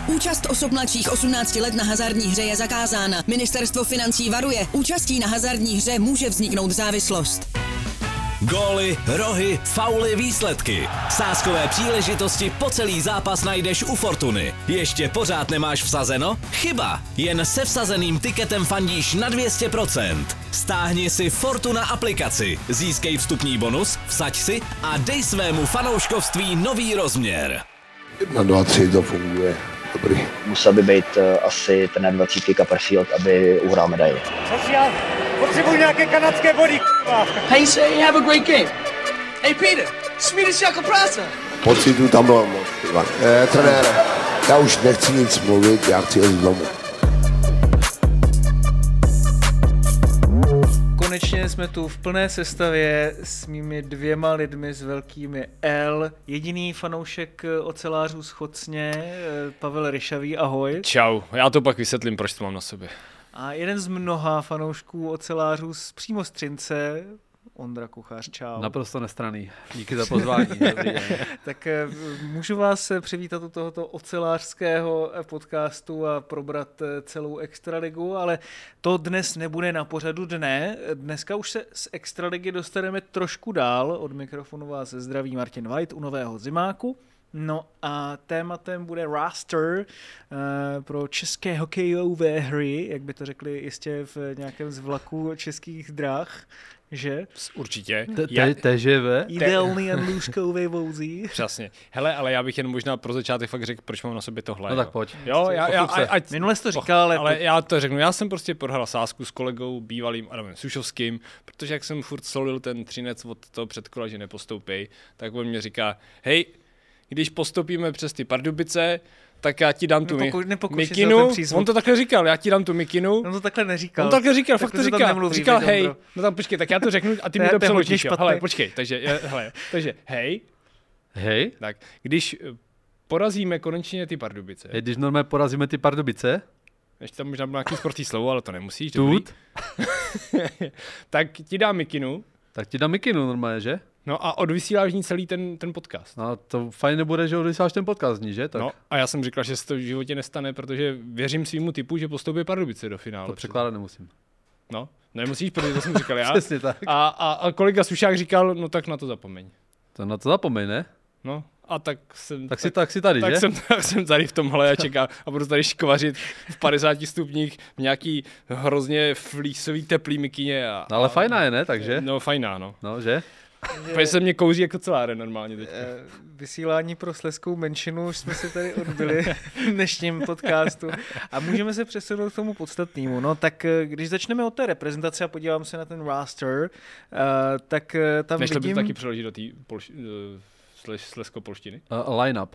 Účast osob mladších 18 let na hazardní hře je zakázána. Ministerstvo financí varuje, účastí na hazardní hře může vzniknout závislost. Góly, rohy, fauly, výsledky. Sázkové příležitosti po celý zápas najdeš u Fortuny. Ještě pořád nemáš vsazeno? Chyba! Jen se vsazeným tiketem fandíš na 200%. Stáhni si Fortuna aplikaci, získej vstupní bonus, vsaď si a dej svému fanouškovství nový rozměr. 1, 2, 3 to funguje. Dobrý. Musel by být asi ten 20 Copperfield, aby uhrál medaili. Což já potřebuji nějaké kanadské body, Hey, say, have a great game. Hey, Peter, Swedish jako práce. Pocitu tam bylo moc, Ivan. Trenére, já už nechci nic mluvit, já chci jít domů. Konečně jsme tu v plné sestavě s mými 2 lidmi s velkými L. Jediný fanoušek ocelářů z Chocně, Pavel Ryšavý, ahoj. Čau, já to pak vysvětlím, proč to mám na sobě. A jeden z mnoha fanoušků ocelářů z přímo z Třince, Ondra Kuchař, čau. Naprosto nestranný, díky za pozvání. Tak můžu vás přivítat u tohoto ocelářského podcastu a probrat celou Extraligu, ale to dnes nebude na pořadu dne. Dneska už se z Extraligy dostaneme trošku dál. Od mikrofonu vás zdraví Martin White u Nového zimáku. No a tématem bude roster pro české hokejové hry, jak by to řekli jistě v nějakém z vlaků českých drah, že? Určitě. TŽV. Ideální a lůžkové vouzí. Přesně. Hele, ale já bych jen možná pro začátek fakt řekl, proč mám na sobě tohle. No tak pojď. Jo, Minule jsi to říkal, ale já to řeknu. Já jsem prostě prohrál sázku s kolegou bývalým Adamem Sušovským, protože jak jsem furt solil ten Třinec od toho předkola, že nepostoupí, tak on mě říká, hej, když postoupíme přes ty Pardubice, tak já ti dám tu mikinu. On to takhle říkal, já ti dám tu mikinu. On to takhle neříkal. On to takhle říkal, fakt to říkal. Nemluví, říkal hej, no tam počkej, tak já to řeknu a ty mi to přeložíš. Hele, počkej, takže hej. Hej. Tak, když porazíme konečně ty Pardubice. Když normálně porazíme ty Pardubice. Ještě tam možná nějaký sportý slovo, ale to nemusíš. Tut. Tak ti dám mikinu. Tak ti dám mikinu normálně, že? No a odvysíláš ní celý ten podcast. No to fajn nebude, že odvysíláš ten podcast ní, že? Tak. No a já jsem říkal, že se to v životě nestane, protože věřím svýmu typu, že postoupí Pardubice do finále. To překládat nemusím. No, nemusíš, protože to jsem říkal já. Přesně tak. A kolega Sušák říkal, no tak na to zapomeň. To na to zapomeň, ne? No a tak jsem... Tak si tady, že? Tak jsem tady v tomhle a čekám a budu tady škvařit v 50 stupních v nějaký hrozně flísový teplý mikině. No ale fajná je, ne? Takže? No fajná, no. No, že? Protože se mě kouří jako celáre normálně teď. Vysílání pro slezskou menšinu už jsme si tady odbyli v dnešním podcastu a můžeme se přesunout k tomu podstatnému. No tak když začneme od té reprezentace a podívám se na ten roster, tak tam Nešlo vidím... by to taky přeložit do té slezko-polštiny? Line-up.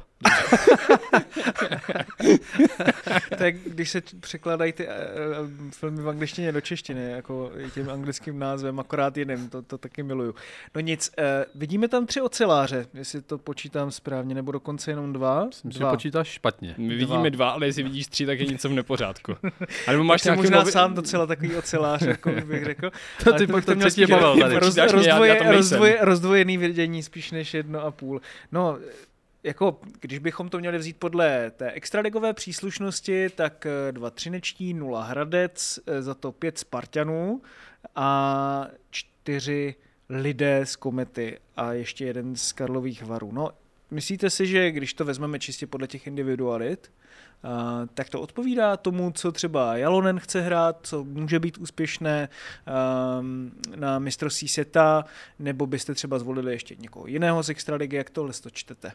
Tak když se překládají ty filmy v angličtině do češtiny, jako tím anglickým názvem, akorát jiným, to taky miluju. No nic, vidíme tam 3 oceláře, jestli to počítám správně, nebo dokonce jenom 2? Myslím, že počítáš špatně. My vidíme 2, ale jestli vidíš 3, tak je něco v nepořádku. A nebo máš nějaký možná sám docela takový ocelář, jako bych řekl. Ty pak to třetí Pavel tady. Rozdvojený vidění spíš než 1,5. No, jako, když bychom to měli vzít podle té extraligové příslušnosti, tak 2 třinečtí, 0 Hradec, za to 5 Spartanů a 4 lidé z Komety a ještě 1 z Karlových Varů. No, myslíte si, že když to vezmeme čistě podle těch individualit, tak to odpovídá tomu, co třeba Jalonen chce hrát, co může být úspěšné na mistrovství světa, nebo byste třeba zvolili ještě někoho jiného z extraligy, jak tohle to čtete?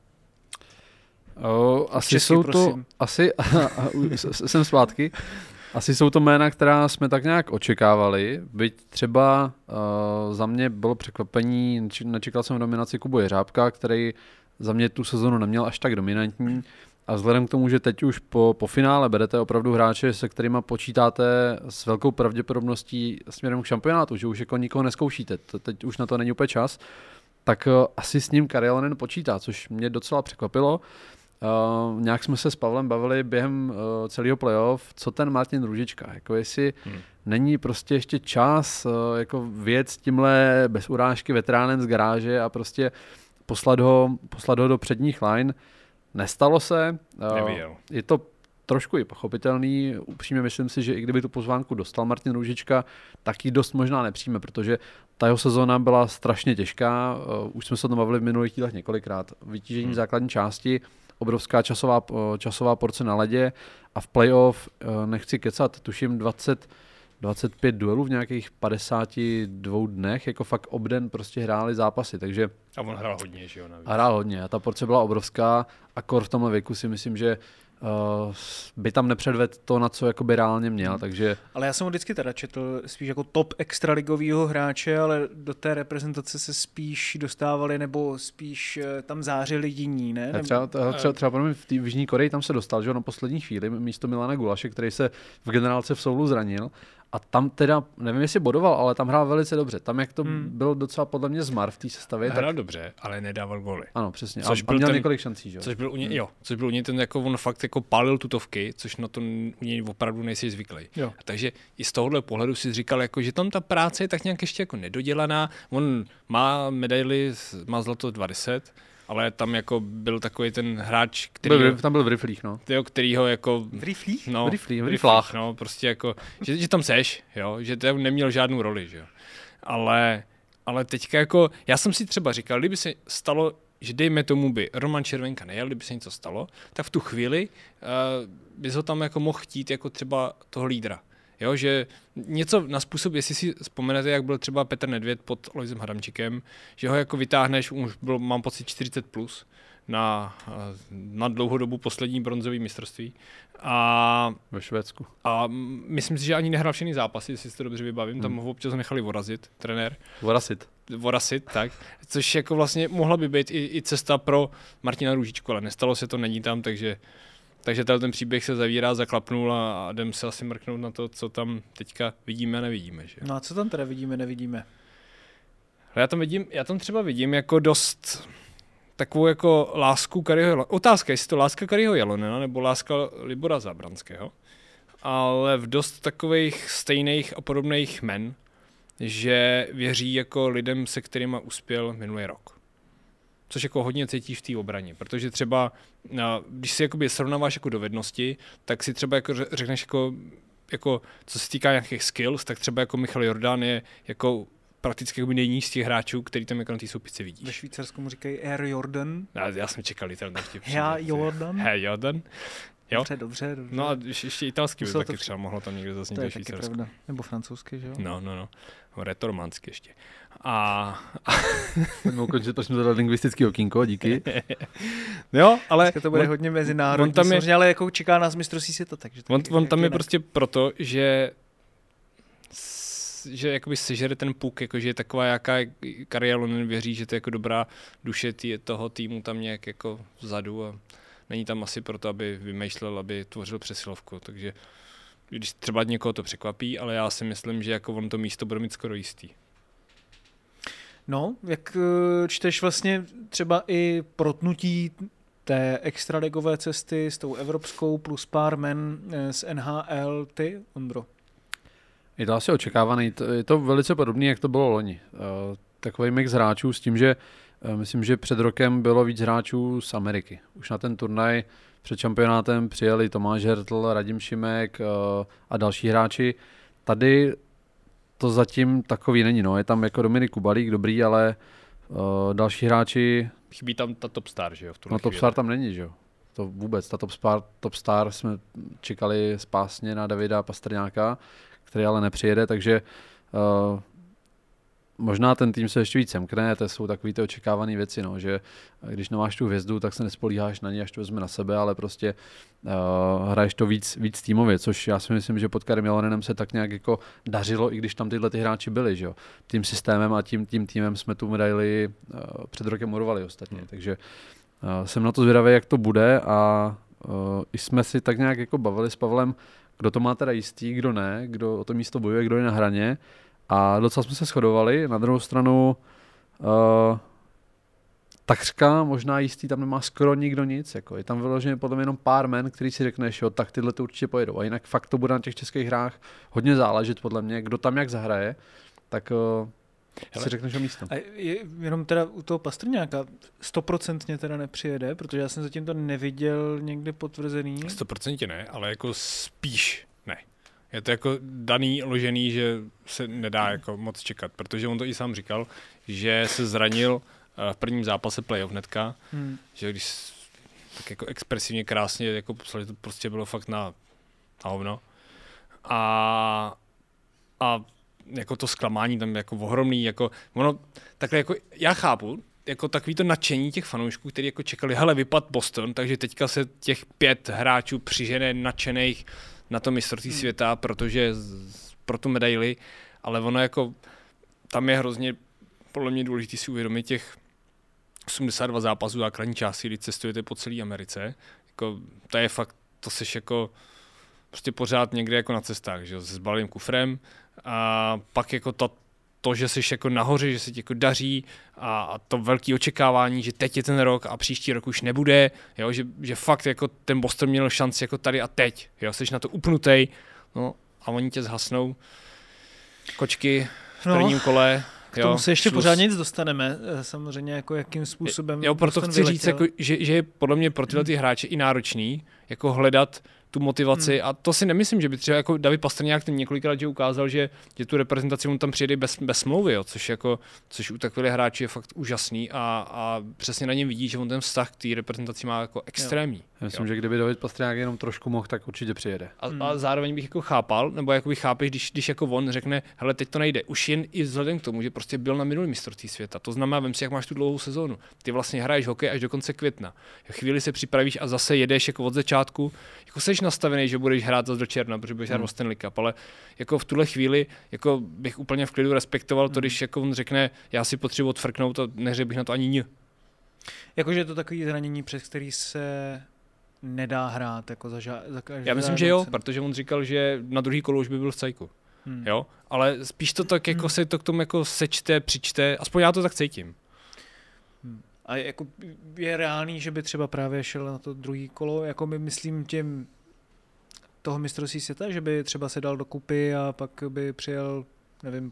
Asi Česky, jsou prosím. to, jsem zpátky, asi jsou to jména, která jsme tak nějak očekávali, byť třeba za mě bylo překvapení, nečekal jsem v nominaci Kubu Jeřábka, který za mě tu sezonu neměl až tak dominantní a vzhledem k tomu, že teď už po finále berete opravdu hráče, se kterými počítáte s velkou pravděpodobností směrem k šampionátu, že už jako nikoho neskoušíte, teď už na to není úplně čas, tak asi s ním Kari Jalonen počítá, což mě docela překvapilo. Nějak jsme se s Pavlem bavili během celého playoff, co ten Martin Růžička, jako jestli není prostě ještě čas jako věc s tímhle bez urážky veteránem z garáže a prostě poslat ho do předních line. Nestalo se. Nevyjel. Je to trošku i pochopitelný. Upřímně myslím si, že i kdyby tu pozvánku dostal Martin Růžička, tak ji dost možná nepřijme, protože ta jeho sezóna byla strašně těžká. Už jsme se o tom bavili v minulých dílech několikrát. Vytížení základní části, obrovská časová porce na ledě a v playoff, nechci kecat, tuším 25 duelů v nějakých 52 dnech, jako fakt obden prostě hráli zápasy, takže... A on hrál hodně, že jo? A hrál hodně a ta porce byla obrovská a kor v tomhle věku si myslím, že by tam nepředvedl to, na co jakoby reálně měl, takže... Ale já jsem ho vždycky teda četl spíš jako top extraligovýho hráče, ale do té reprezentace se spíš dostávali, nebo spíš tam zářili jiní, ne? Třeba pro mě v Jižní Koreji tam se dostal, že na poslední chvíli místo Milana Gulaše, který se v generálce v Soulu zranil. A tam teda, nevím, jestli bodoval, ale tam hrál velice dobře. Tam, jak to bylo docela podle mě zmar v té sestavě. Hrál dobře, ale nedával góly. Ano, přesně. A měl několik šancí, že? Což byl u něj ten, jako on fakt jako pálil tutovky, což na to u něj opravdu nejsi zvyklý. Takže i z tohohle pohledu si říkal, jako, že tam ta práce je tak nějak ještě jako nedodělaná. On má medaily, má zlato 20, ale tam jako byl takový ten hráč, který... Tam byl v riflích, no. Kterýho jako... V riflích? No, v riflách. No, prostě jako, že tam seš, jo, že to neměl žádnou roli, že jo. Ale teďka jako, já jsem si třeba říkal, kdyby se stalo, že dejme tomu by Roman Červenka nejel, kdyby se něco stalo, tak v tu chvíli bys ho tam jako mohl chtít jako třeba toho lídra. Jo, že něco na způsob, jestli si vzpomenete, jak byl třeba Petr Nedvěd pod Lojzem Hadamčíkem, že ho jako vytáhneš, už bylo, mám pocit, 40+ na dlouhou dobu poslední bronzový mistrovství. A ve Švédsku. A myslím si, že ani nehrál všechny zápasy, jestli si to dobře vybavím, tam ho občas nechali vorazit, trenér. Vorasit, tak. Což jako vlastně mohla by být i cesta pro Martina Růžičku, ale nestalo se to, není tam, takže ten příběh se zavírá, zaklapnul a jdem se asi mrknout na to, co tam teďka vidíme a nevidíme. Že? No a co tam teda vidíme, nevidíme? Já tam třeba vidím jako dost takovou jako lásku Kariho Jalonena. Otázka, jestli to láska Kariho Jalonena nebo láska Libora Zábranského, ale v dost takových stejných a podobných men, že věří jako lidem, se kterýma uspěl minulý rok. Což jako hodně cítíš v té obraně, protože třeba, když si jakoby srovnáváš jako dovednosti, tak si třeba jako řekneš jako co se týká nějakých skills, tak třeba jako Michal Jordan je jako prakticky jako nejníž z těch hráčů, který tam jako na té soupice vidíš. Ve Švýcarsku mu říkají Air Jordan. Já jsem čekal ten vtip. Jordan. Jo? Dobře. No a ještě italský by taky třeba mohlo tam někde zaznít ve Švýcarsku. Nebo francouzsky, že jo? No. Retorománsky ještě. A Můžeme ukončit, protože jsme dali lingvistický okýnko, díky. Jo, ale... Dneska to bude hodně mezinárodní, samozřejmě, ale jako čeká nás mistrovství světa, takže... On tam je prostě proto, že jakoby sežere ten puk, jakože je taková, jaká Kari Jalonen věří, že to je jako dobrá duše toho týmu tam nějak jako vzadu a není tam asi proto, aby vymýšlel, aby tvořil přesilovku, takže když třeba někoho to překvapí, ale já si myslím, že jako on to místo bude mít skoro jistý. No, jak čteš vlastně třeba i protnutí té extraligové cesty s tou evropskou plus pár men z NHL, ty, Ondro? Je to asi očekávaný, je to velice podobné, jak to bylo loni. Takový mix hráčů s tím, že myslím, že před rokem bylo víc hráčů z Ameriky. Už na ten turnaj před šampionátem přijeli Tomáš Hertl, Radim Šimek a další hráči. Tady to zatím takový není. No. Je tam jako Dominik Kubalík, dobrý, ale další hráči... Chybí tam ta top star, že jo? No top star tam není, že jo? To vůbec. Ta top star jsme čekali spásně na Davida Pastrňáka, který ale nepřijede, takže možná ten tým se ještě víc semkne, to jsou takový ty očekávané věci, no, že když nemáš tu hvězdu, tak se nespolíháš na ní, až to vezme na sebe, ale prostě hraješ to víc týmově, což já si myslím, že pod Karim Jalonenem se tak nějak jako dařilo, i když tam tyhle ty hráči byli, že jo. Tím systémem a tím týmem jsme tu medaili před rokem urvali ostatně, takže jsem na to zvědavý, jak to bude a i jsme si tak nějak jako bavili s Pavlem, kdo to má teda jistý, kdo ne, kdo o to místo bojuje, kdo je na hraně. A docela jsme se shodovali. Na druhou stranu takřka možná jistý, tam nemá skoro nikdo nic. Jako. Je tam vyloženě podle mě jenom pár men, který si řekneš, jo, tak tyhle to určitě pojedou. A jinak fakt to bude na těch českých hrách hodně záležet podle mě, kdo tam jak zahraje. Tak si řekneš o místo. A jenom teda u toho Pastrňáka 100% teda nepřijede, protože já jsem zatím to neviděl někde potvrzený. 100% ne, ale jako spíš ne. Je to jako daný, ložený, že se nedá jako moc čekat, protože on to i sám říkal, že se zranil v prvním zápase playoff hnedka, že když tak jako expresivně krásně jako poslali, to prostě bylo fakt na hovno. A jako to zklamání tam jako ohromný, jako ono, takhle jako já chápu, jako takový to nadšení těch fanoušků, kteří jako čekali, hele, vypad Boston, takže teďka se těch 5 hráčů přižene nadšených na to mistrovství světa, protože pro tu medaili, ale ono jako, tam je hrozně podle mě důležité si uvědomit těch 82 zápasů základní části, když cestujete po celé Americe, jako, to je fakt, to seš jako prostě pořád někde jako na cestách, že jo, s balým kufrem a pak jako to, že jsi jako nahoře, že se ti jako daří a to velké očekávání, že teď je ten rok a příští rok už nebude, jo, že fakt jako ten Boston měl šanci jako tady a teď, jo, jsi na to upnutej, no a oni tě zhasnou kočky v prvním kole. K tomu se ještě pořád nic dostaneme, samozřejmě jako jakým způsobem. Jo, proto chci říct, jako, že je podle mě pro tyhle ty hráče i náročný, jako hledat tu motivaci a to si nemyslím, že by třeba jako David Pastrňák ten několikrát ukázal, že tu reprezentaci on tam přijede bez smlouvy, jo, což u takových hráčů je fakt úžasný a přesně na něm vidí, že on ten vztah k té reprezentaci má jako extrémní. Já myslím, že kdyby David Pastrňák jenom trošku mohl, tak určitě přijede. A zároveň bych jako chápal, nebo jakoby chápeš, když jako on řekne, hele, teď to nejde. Už jen i vzhledem k tomu, že prostě byl na minulém mistrovství světa. To znamená, vem si, jak máš tu dlouhou sezónu. Ty vlastně hraješ hokej až do konce května. Chvíli se připravíš a zase jedeš jako od začátku. Jako seš nastavený, že budeš hrát zase do června, protože budeš hrát o Stanley Cup, ale jako v tuhle chvíli jako bych úplně v klidu respektoval to, když jako on řekne, já si potřebuji odfrknout a neřekl bych na to ani ní. Jakože je to takový zranění, přes který se nedá hrát jako za já myslím, že jo, protože on říkal, že na druhý kolo už by byl v cajku. Jo, ale spíš to tak jako se to k tomu jako sečte, přičte, aspoň já to tak cítím. A jako je reálný, že by třeba právě šel na to druhý kolo, jako my myslím těm toho mistrovství světa, že by třeba se dal dokupy a pak by přijel, nevím,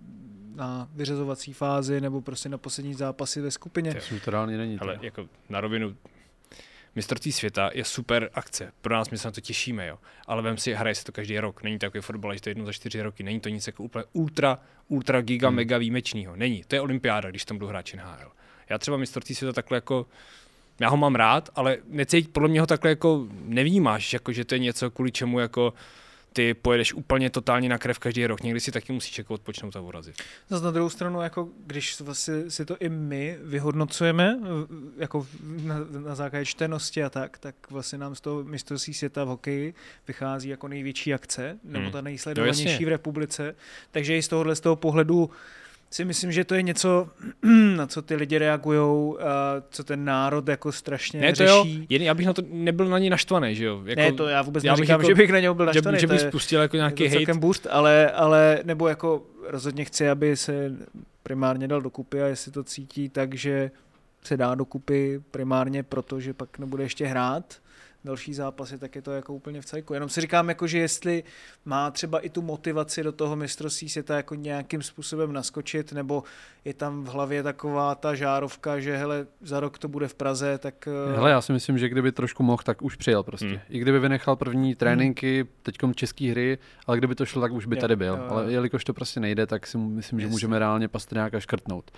na vyřazovací fázi nebo prostě na poslední zápasy ve skupině. To reálně není. Ale jako na rovinu mistrovství světa je super akce. Pro nás my se na to těšíme, jo. Ale vem si, hraje se to každý rok. Není to takový fotbal, že to je 1 za 4 roky. Není to nic jako úplně ultra giga mega výjimečného. Není. To je olympiáda, když tam budou hráči NHL. Já třeba mistrovství světa takhle jako, já ho mám rád, ale podle mě ho takhle jako nevnímáš, jako že to je něco, kvůli čemu jako ty pojedeš úplně totálně na krev každý rok. Někdy si taky musíš jako odpočnout a urazit. Zase na druhou stranu, jako když vlastně si to i my vyhodnocujeme jako na základě čtenosti a tak vlastně nám z toho mistrovství světa v hokeji vychází jako největší akce, nebo ta nejsledovanější v republice. Takže i z toho pohledu si myslím, že to je něco, na co ty lidi reagujou, co ten národ jako strašně řeší. Já bych na to nebyl na něj naštvaný, že jo? Jako, ne, to já vůbec neříkám, že bych na něj byl naštvaný. Že bych spustil jako nějaký hejt. Boost, ale nebo jako rozhodně chci, aby se primárně dal dokupy a jestli to cítí, takže se dá dokupy primárně proto, že pak nebude ještě hrát další zápasy, tak je to jako úplně v cajku. Jenom si říkám, jako, že jestli má třeba i tu motivaci do toho mistrovství světa jako nějakým způsobem naskočit, nebo je tam v hlavě taková ta žárovka, že hele, za rok to bude v Praze, tak... Hele, já si myslím, že kdyby trošku mohl, tak už přijel prostě. I kdyby vynechal první tréninky, teďkom český hry, ale kdyby to šlo, tak už by tady byl. Ale jelikož to prostě nejde, tak si myslím, že můžeme reálně Pastrňáka škrtnout.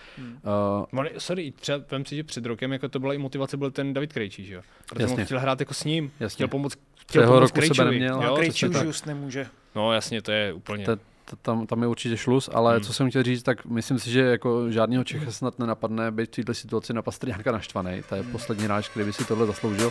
Sorry, třeba vem si, že před rokem jako to byla i motivace, byl ten David Krejčí, že jo? Protože on chtěl hrát jako s ním, chtěl pomoct Krejčovi. Krejčí už just nemůže. No jasně, to je úplně... Tam je určitě šluz, ale co jsem chtěl říct, tak myslím si, že jako žádného Čecha snad nenapadne být v této situaci na Pastrňáka naštvaný. To je poslední hráč, který by si tohle zasloužil.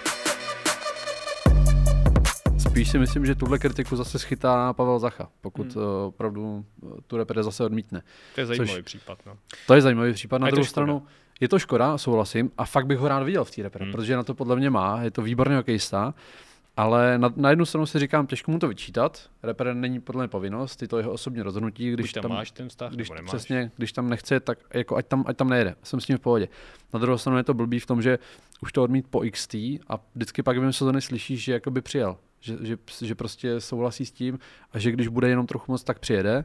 Spíš si myslím, že tuhle kritiku zase schytá Pavel Zacha, pokud opravdu tu repre zase odmítne. To je zajímavý případ. No. To je zajímavý případ. Na druhou stranu je to škoda, souhlasím, a fakt bych ho rád viděl v té repre, protože na to podle mě má, je to výborný hokejista. Ale na jednu stranu si říkám, těžko mu to vyčítat. Repre není podle mě povinnost, je to jeho osobní rozhodnutí, když tam máš ten vztah, když tam nechce, tak jako ať tam nejede. Jsem s tím v pohodě. Na druhou stranu je to blbý v tom, že už to odmít po XT a vždycky pak během sezóny slyšíš, že jakoby přijel. Že prostě souhlasí s tím a že když bude jenom trochu moc, tak přijede.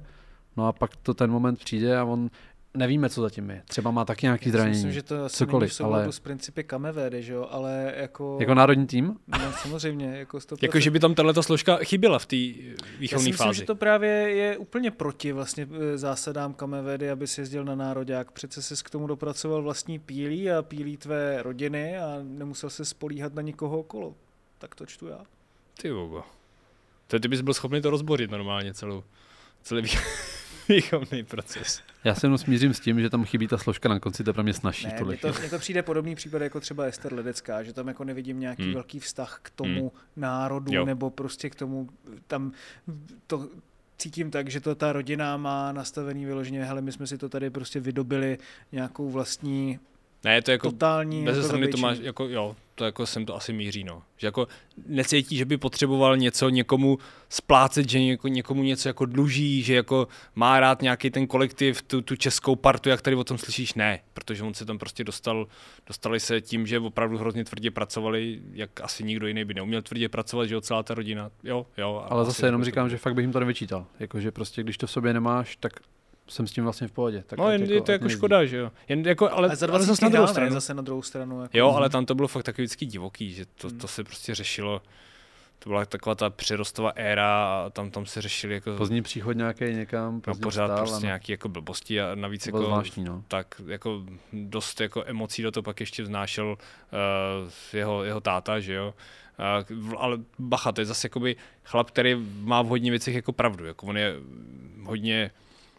No a pak to ten moment přijde a on nevíme, co zatím je. Třeba má taky nějaký zranění. Myslím, že to asi není v souladu s principy Kamevedy, že jo, ale jako... Jako národní tým? No samozřejmě, jako 100%. Jako, že by tam tato složka chyběla v té výchovné fázi. Myslím, že to právě je úplně proti vlastně zásadám Kamevedy, aby si jezdil na nároďák. Přece ses k tomu dopracoval vlastní pílí a pílí tvé rodiny a nemusel se spolíhat na nikoho okolo. Tak to čtu já. Ty bogo. Ty bys byl schopný to rozbořit normálně celý výchovný proces. Já se jenom smířím s tím, že tam chybí ta složka na konci, to pro mě snaží. Mně to přijde podobný případ jako třeba Ester Ledecká, že tam jako nevidím nějaký velký vztah k tomu národu, nebo prostě k tomu, tam to cítím tak, že to ta rodina má nastavený vyloženě, hele, my jsme si to tady prostě vydobili nějakou vlastní ne, to jako totální bez strany to máš, jako jo, to jako sem to asi míří, no. Že jako necítí, že by potřeboval něco někomu splácet, že někomu něco jako dluží, že jako má rád nějaký ten kolektiv, tu českou partu, jak tady o tom slyšíš, ne, protože on se tam prostě dostali se tím, že opravdu hrozně tvrdě pracovali, jak asi nikdo jiný by neuměl tvrdě pracovat, že jo, celá ta rodina, jo. Ale zase jenom říkám, že fakt bych jim to nevyčítal, jakože prostě když to v sobě nemáš, tak jsem s tím vlastně v pohodě. Tak no, je to jako škoda, že jo. Ale zase na druhou stranu. Jako jo, ale tam to bylo fakt takový vždycky divoký, že to se prostě řešilo. To byla taková ta přerostová éra a tam se řešili jako... Pozdní příchod nějaký někam, no, pořád stál, prostě nějaký jako blbosti a navíc jako... Zvláštní, no. Tak jako dost jako emocí do toho pak ještě vznášel jeho táta, že jo. Ale bacha, to je zase jakoby chlap, který má v hodně věcech jako pravdu. Jako on je hodně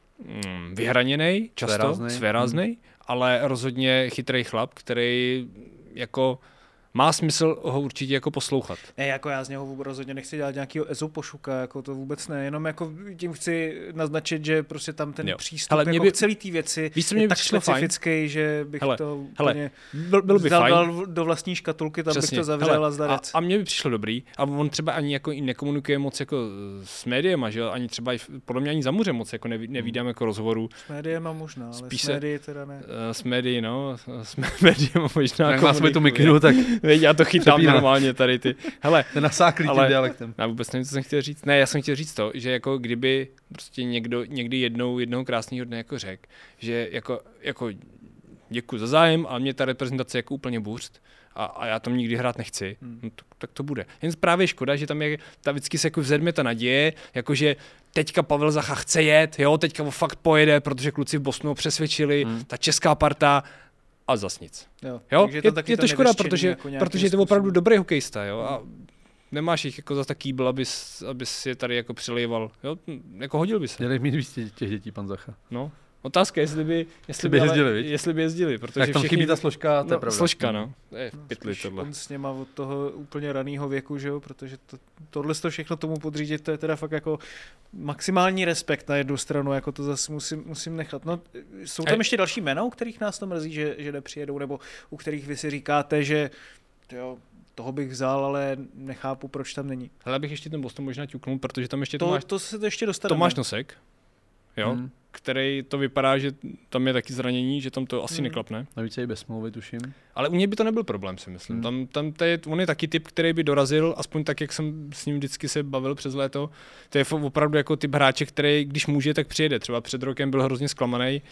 vyhraněnej, často, svéráznej, ale rozhodně chytrý chlap, který jako má smysl ho určitě jako poslouchat. Ne, jako já z něho rozhodně nechci dělat nějakýho ezopošuka, jako to vůbec ne, jenom jako tím chci naznačit, že prostě tam ten přístup jako k celý té věci je tak specifický, že bych to úplně bylo by dal do vlastní škatulky, tam bych to zavřel a zdarec. A mně by přišlo dobrý, a on třeba ani jako i nekomunikuje moc jako s médiema, že ani třeba podle mě ani za muře moc jako nevídám jako rozhovorů. S médiema možná, ale s médií teda ne. S médií, no, s médiema možná. Jak nás tu mikinu, tak já to chytám normálně tady ty. Hele, ten nasáklý tím dialektem. Já vůbec nevím, co jsem chtěl říct. Ne, já jsem chtěl říct to, že jako kdyby prostě někdy jednoho krásného dne jako řekl, že jako děkuji za zájem, ale mě ta reprezentace jako úplně bůřt a já tam nikdy hrát nechci, no, tak to bude. Jen právě škoda, že tam je, ta vždycky se jako vzedme ta naděje, jakože teďka Pavel Zacha chce jet, jo, teďka ho fakt pojede, protože kluci v Bostonu přesvědčili, ta česká parta a zas nic. Jo? Je to škoda, protože je to opravdu dobrý hokejista, jo, a nemáš jich jako za tak kýbl, abys je tady jako přilejval, jo, jako hodil by se. Měli mít víc těch dětí, pan Zacha. No, otázka, jestli by jezdili, protože tak tam chybí ta složka, to je pravda. Složka, no. Pytli tohle. On s něma od toho úplně raného věku, že jo, protože tohle všechno tomu podřídit, to je teda fakt jako maximální respekt na jednu stranu, jako to zase musím nechat. No, jsou tam ještě další jména, u kterých nás to mrzí, že nepřijedou, nebo u kterých vy si říkáte, že jo, toho bych vzal, ale nechápu, proč tam není. Ale bych ještě ten Boston možná ťuknul, protože tam ještě to se to ještě dostaneme. Tomáš Nosek, jo, který to vypadá, že tam je taky zranění, že tam to asi neklapne. Navíc je i bez smlouvy, tuším. Ale u něj by to nebyl problém, si myslím. On je taky typ, který by dorazil, aspoň tak, jak jsem s ním vždycky se bavil přes léto. To je opravdu jako typ hráče, který, když může, tak přijede. Třeba před rokem byl hrozně zklamaný,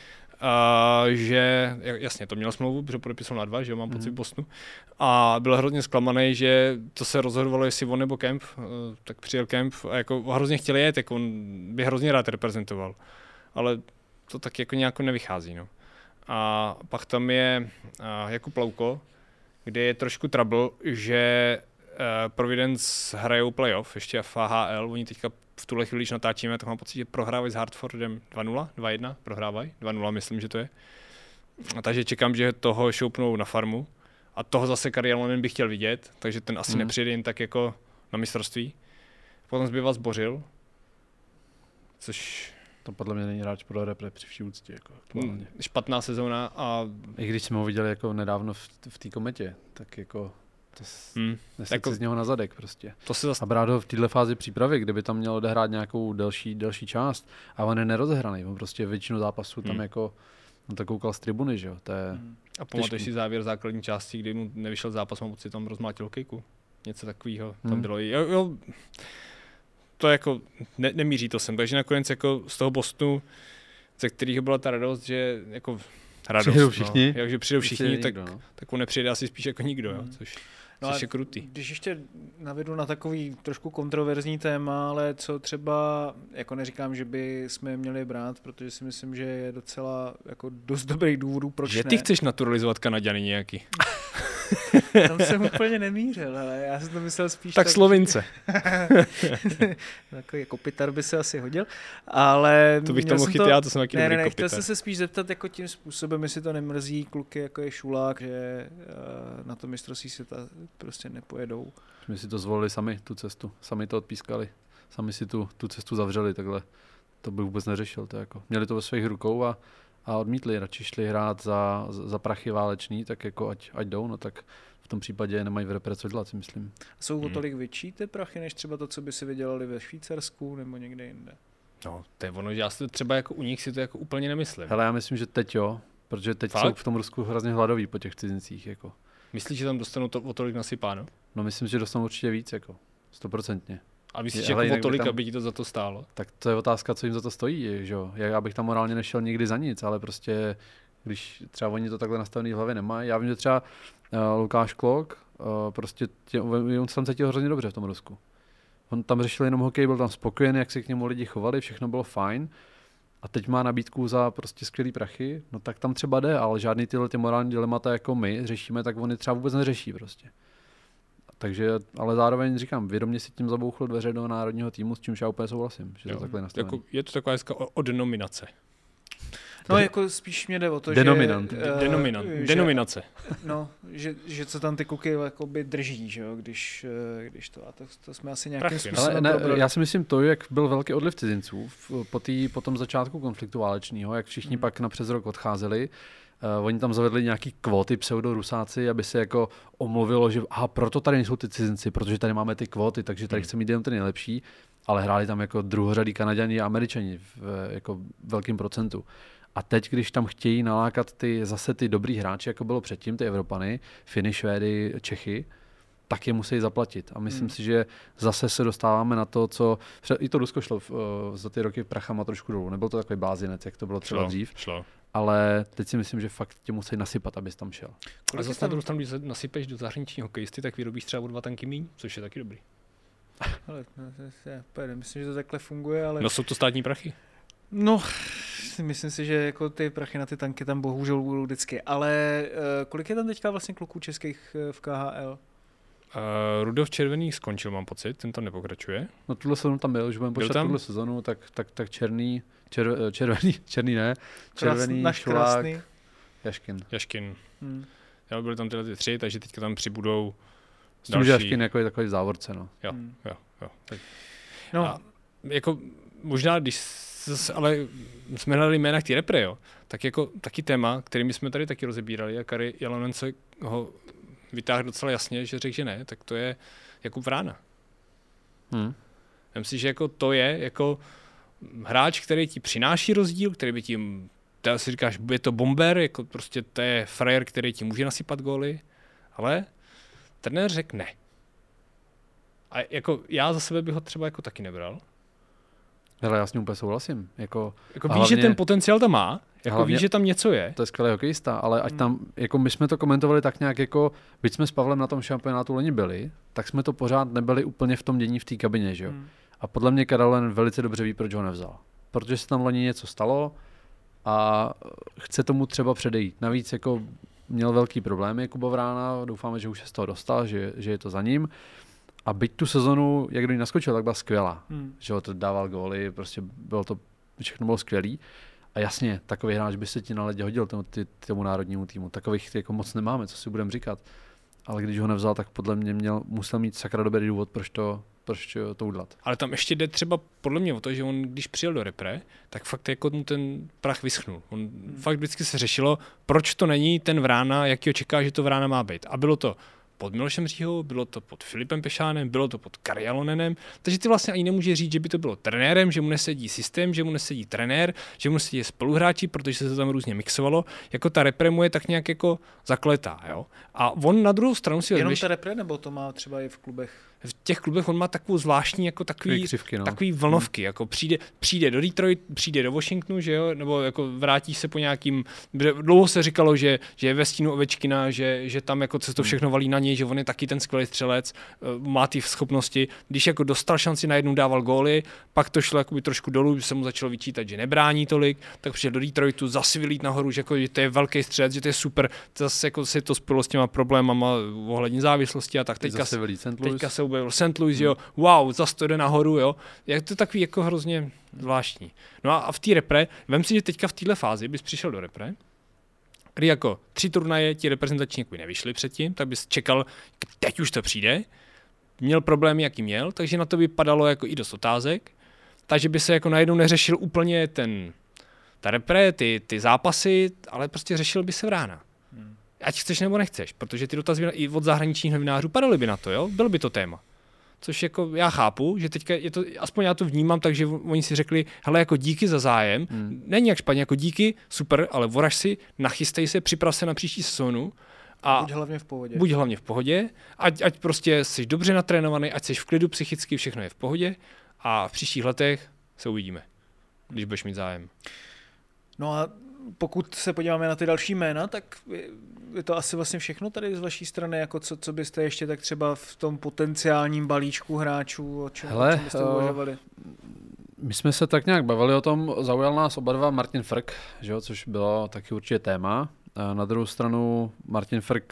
že jasně, to měl smlouvu, protože podepisal na 2, že jo, mám pocit v Bostonu. A byl hrozně zklamaný, že to se rozhodovalo, jestli on nebo Kemp, tak přijel Kemp a jako hrozně chtěl jet, jako on by hrozně rád reprezentoval. Ale to tak jako nějak nevychází, no. A pak tam je Jakub Lauko, kde je trošku trouble, že Providence hrajou playoff, ještě v AHL, oni teďka v tuhle chvíli, když natáčíme, tak mám pocit, že prohrávají s Hartfordem 2-0, 2-1, prohrávají, 2-0 myslím, že to je. A takže čekám, že toho šoupnou na farmu a toho zase Karialonen bych chtěl vidět, takže ten asi nepřijde jen tak jako na mistrovství. Potom zbývá Zbořil, což... To podle mě není hráč pro repre při vší úctě. Jako špatná sezóna a... I když jsme ho viděli jako nedávno v té kometě, tak jako... Nesete z něho na zadek prostě. A brát ho v této fázi přípravy, kde by tam měl odehrát nějakou delší část a on je nerozehraný, on prostě většinu zápasů tam jako on tak koukal z tribuny, že jo. A pamatuješ si závěr základní části, kdy mu nevyšel zápas, mám pocit, tam rozmátil hokejku. Něco takového tam bylo. Jo, to jako nemíří to sem, takže nakonec jako z toho Bostonu, ze kterého byla ta radost, že jako radost, přijdou všichni, no, že přijdou všichni, tak, nikdo, no. tak on nepřijde asi spíš jako nikdo, jo, což je krutý. Když ještě navedu na takový trošku kontroverzní téma, ale co třeba, jako neříkám, že by jsme je měli brát, protože si myslím, že je docela jako dost dobrých důvodů, proč že ne. Ty chceš naturalizovat Kanaďany nějaký. Tam jsem úplně nemířil, ale já jsem to myslel spíš tak Slovince. Takový kopitar by se asi hodil, ale... To bych tam mohl chytit, já to jsem taky dobrý kopitar. Chtěl jsem se spíš zeptat jako tím způsobem, jestli to nemrzí kluky jako je Šulák, že na to mistrovství světa prostě nepojedou. My si to zvolili sami, tu cestu, sami to odpískali, sami si tu cestu zavřeli, takhle to by vůbec neřešil. To jako. Měli to ve svých rukou a odmítli, radši šli hrát za prachy válečný, tak jako ať jdou, no tak v tom případě nemají v repre co dělat, si myslím. Jsou o tolik větší ty prachy, než třeba to, co by si vydělali ve Švýcarsku nebo někde jinde? No, to je ono, že já si to třeba jako u nich si to jako úplně nemyslím. Hele, já myslím, že teď jo, protože teď jsou v tom Rusku hrozně hladoví po těch cizincích, jako. Myslíš, že tam dostanou to o tolik nasypáno? No myslím, že dostanou určitě víc, jako 100%. A myslíš, že jako o tolik, aby ti to za to stálo? Tak to je otázka, co jim za to stojí, že jo. Já bych tam morálně nešel nikdy za nic, ale prostě, když třeba oni to takhle nastavený v hlavě nemají. Já vím, že třeba Lukáš Klok, prostě on se tam cítil hrozně dobře v tom Rusku. On tam řešil jenom hokej, byl tam spokojený, jak se k němu lidi chovali, všechno bylo fajn. A teď má nabídku za prostě skvělý prachy, no tak tam třeba jde, ale žádný tyhle morální dilemata, jako my řešíme, tak oni třeba vůbec neřeší prostě. Takže, ale zároveň říkám, vědomě si tím zabouchl dveře do národního týmu, s čímž já úplně souhlasím, že to takhle nastavený. Jako, je to taková hezká denominace. No jako spíš mě jde o to, Denominace. No, že co tam ty kluky jakoby drží, že jo, když to, a to jsme asi nějakým způsobem já si myslím to, jak byl velký odliv cizinců po tom začátku konfliktu válečného, jak všichni pak na přes rok odcházeli. Oni tam zavedli nějaký kvóty pseudorusáci, aby se jako omluvilo, že proto tady nejsou ty cizinci, protože tady máme ty kvóty, takže tady chceme mít jenom ty nejlepší, ale hráli tam jako druhořadí Kanaďani a Američani v jako velkým procentu. A teď, když tam chtějí nalákat zase ty dobrý hráči, jako bylo předtím, ty Evropany, Finy, Švédy, Čechy, tak je musí zaplatit. A myslím si, že zase se dostáváme na to, co... I to Rusko šlo za ty roky prachama trošku dolů. Nebyl to takový blázinec, jak to bylo třeba dřív. Šlo. Ale teď si myslím, že fakt tě musí nasypat, abys tam šel. A zase na druhou stranu, když nasypeš do zahraničního hokejisty, tak vyrobíš třeba o 2 tanky míň, což je taky dobrý. Ale myslím, že to takhle funguje, ale... No jsou to státní prachy. No, myslím si, že jako ty prachy na ty tanky tam bohužel budou vždycky. Ale kolik je tam teďka vlastně kluků českých v KHL? Rudolf Červený skončil, mám pocit, ten tam nepokračuje. No tuhle sezonu tam byl, už budeme počítat tuhle sezonu, tak červený ne, červený, Šulák, Jaškin. Já byli tam tyhle 3, takže teďka tam přibudou s tím, že Jaškin jako je takový v závorce, no. Jo. Tak. No. A jako možná, když ale jsme hledali jména k té repre, jo, tak jako taky téma, kterými jsme tady taky rozebírali a Kari Jalonence ho vytáhl docela jasně, že řekl, že ne, tak to je Jakub Vrána. Myslím si, že jako to je jako hráč, který ti přináší rozdíl, který by tím, ty si říkáš, je to bomber, jako prostě to je frajer, který ti může nasypat góly, ale trenér řekl ne. A jako já za sebe bych ho třeba jako taky nebral. Hele, já s ním úplně souhlasím. Jako víš, že ten potenciál tam má, jako víš, že tam něco je. To je skvělý hokejista, ale ať tam, jako my jsme to komentovali tak nějak jako, byť jsme s Pavlem na tom šampionátu loni byli, tak jsme to pořád nebyli úplně v tom dění v té kabině, že jo. A podle mě Karelen velice dobře ví, proč ho nevzal. Protože se tam loni něco stalo a chce tomu třeba předejít. Navíc jako měl velký problémy Kuba Vrána, doufáme, že už se z toho dostal, že je to za ním. A byť tu sezonu, jak do ní naskočil, tak byla skvělá. Že ho to dával góly, prostě všechno bylo skvělý. A jasně, takový hráč by se ti na ledě hodil tomu národnímu týmu. Takových jako moc nemáme, co si budeme říkat. Ale když ho nevzal, tak podle mě musel mít sakra dobrý důvod, proč to udělat. Ale tam ještě jde třeba podle mě o to, že on, když přijel do repre, tak fakt jako mu ten prach vyschnul. Fakt vždycky se řešilo, proč to není ten Vrána, jakýho čeká, že to Vrána má být. A bylo to pod Milošem Říhou, bylo to pod Filipem Pešánem, bylo to pod Kari Jalonenem, takže ty vlastně ani nemůže říct, že by to bylo trenérem, že mu nesedí systém, že mu nesedí trenér, že mu nesedí spoluhráči, protože se to tam různě mixovalo, jako ta repre mu je tak nějak jako zakletá, jo. A on na druhou stranu si jenom ta repre, nebo to má třeba i v klubech? V těch klubech on má takovou zvláštní jako takový vlnovky, jako přijde do Detroit, přijde do Washingtonu, že jo, nebo jako vrátí se po nějakým, dlouho se říkalo, že je ve stínu Ovečkina, že tam jako se to všechno valí na něj, že on je taky ten skvělý střelec, má ty schopnosti, když jako dostal šanci, najednou dával góly, pak to šlo jakoby trošku dolů, že se mu začalo vyčítat, že nebrání tolik, tak přišel do Detroitu, zase vylít nahoru, že, jako, že to je velký střelec, že to je super, zase jako se to spojilo s těma problémama ohledně závislosti a tak teďka se objevil St. Louis, jo, wow, zase to jde nahoru, jo, je to takový jako hrozně zvláštní. No a v té repre, vem si, že teďka v téhle fázi bys přišel do repre, kdy jako 3 turnaje ti reprezentační nevyšly předtím, tak bys čekal, teď už to přijde, měl problémy, jaký měl, takže na to by padalo jako i dost otázek, takže by se jako najednou neřešil úplně ta repre, ty zápasy, ale prostě řešil by se vrána. Ať chceš nebo nechceš, protože ty dotazy i od zahraničních novinářů padaly by na to, jo? Bylo by to téma. Což jako já chápu, že teďka je to, aspoň já to vnímám, takže oni si řekli, hele, jako díky za zájem, není jak špatně, jako díky, super, ale voraž si, nachystej se, připrav se na příští sezónu. A buď hlavně v pohodě, ať prostě jsi dobře natrénovaný, ať jsi v klidu psychicky, všechno je v pohodě a v příštích letech se uvidíme, když budeš mít zájem. No a pokud se podíváme na ty další jména, tak je to asi vlastně všechno tady z vaší strany, jako co byste ještě tak třeba v tom potenciálním balíčku hráčů, o čem byste uvažovali? My jsme se tak nějak bavili o tom, zaujal nás oba dva Martin Frk, že jo, což bylo taky určitě téma. A na druhou stranu Martin Frk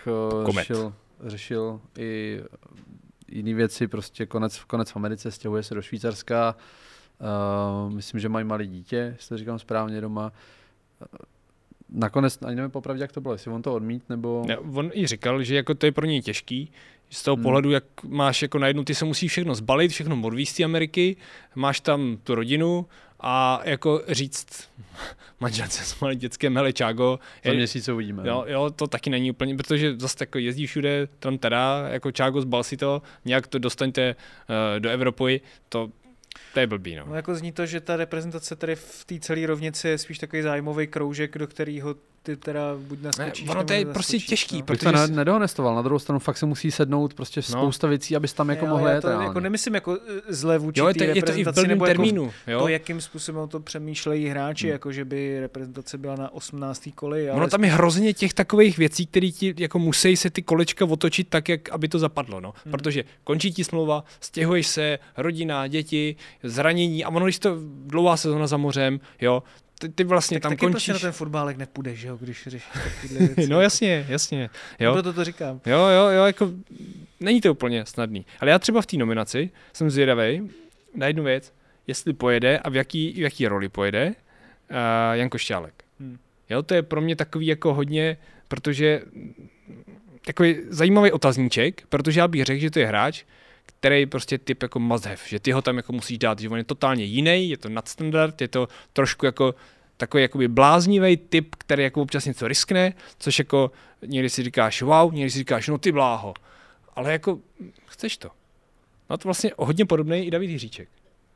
řešil i jiné věci, prostě konec v Americe, stěhuje se do Švýcarska, myslím, že mají malé dítě, jestli to říkám správně doma. Nakonec ani nevím popravdě, jak to bylo, jestli on to odmít, nebo... Ne, on i říkal, že jako to je pro něj těžký, z toho pohledu, jak máš jako najednou, ty se musí všechno zbalit, všechno odvízt z té Ameriky, máš tam tu rodinu a jako říct manželce s malým dětskem, hele Čágo. Za měsíc uvidíme. Jo, to taky není úplně, protože zase jako jezdí všude, tam teda, jako Čágo, zbal si to, nějak to dostaňte do Evropy, to je blbý, no. No jako zní to, že ta reprezentace tady v té celé rovnici je spíš takový zájmový kroužek, do kterého ty teda buď naskočíš, ono to je prostě těžký, no. Protože to nedohonestoval, na druhou stranu fakt se musí sednout prostě spousta věcí, abys tam jako mohl jet. Jako nemyslím jako zle vůči té reprezentaci, nebo termínu, jako to, jakým způsobem to přemýšlejí hráči, jako že by reprezentace byla na 18. koli. Ono tam je hrozně těch takových věcí, které ti jako musí se ty kolečka otočit tak, jak aby to zapadlo, no. Protože končí ti smlouva, stěhuješ se, rodina, děti, zranění a ono, když to dlouhá sezóna za mořem, jo, ty vlastně tak tam končíš. Prostě na ten fotbálek nepůjdeš, jo, když řešíš takovýhle věci. No jasně. Jo. Proto to říkám. Jo, jako není to úplně snadný. Ale já třeba v té nominaci jsem zvědavej na jednu věc, jestli pojede a v jaký roli pojede Jan Košťálek. Jo, to je pro mě takový jako hodně, protože takový zajímavý otazníček, protože já bych řekl, že to je hráč, který prostě typ jako must have, že ty ho tam jako musíš dát, že on je totálně jiný, je to nadstandard, je to trošku jako takový jakoby bláznivý typ, který jako občas něco riskne, což jako někdy si říkáš wow, někdy si říkáš no ty bláho, ale jako chceš to. No to vlastně hodně podobný i David Jiříček.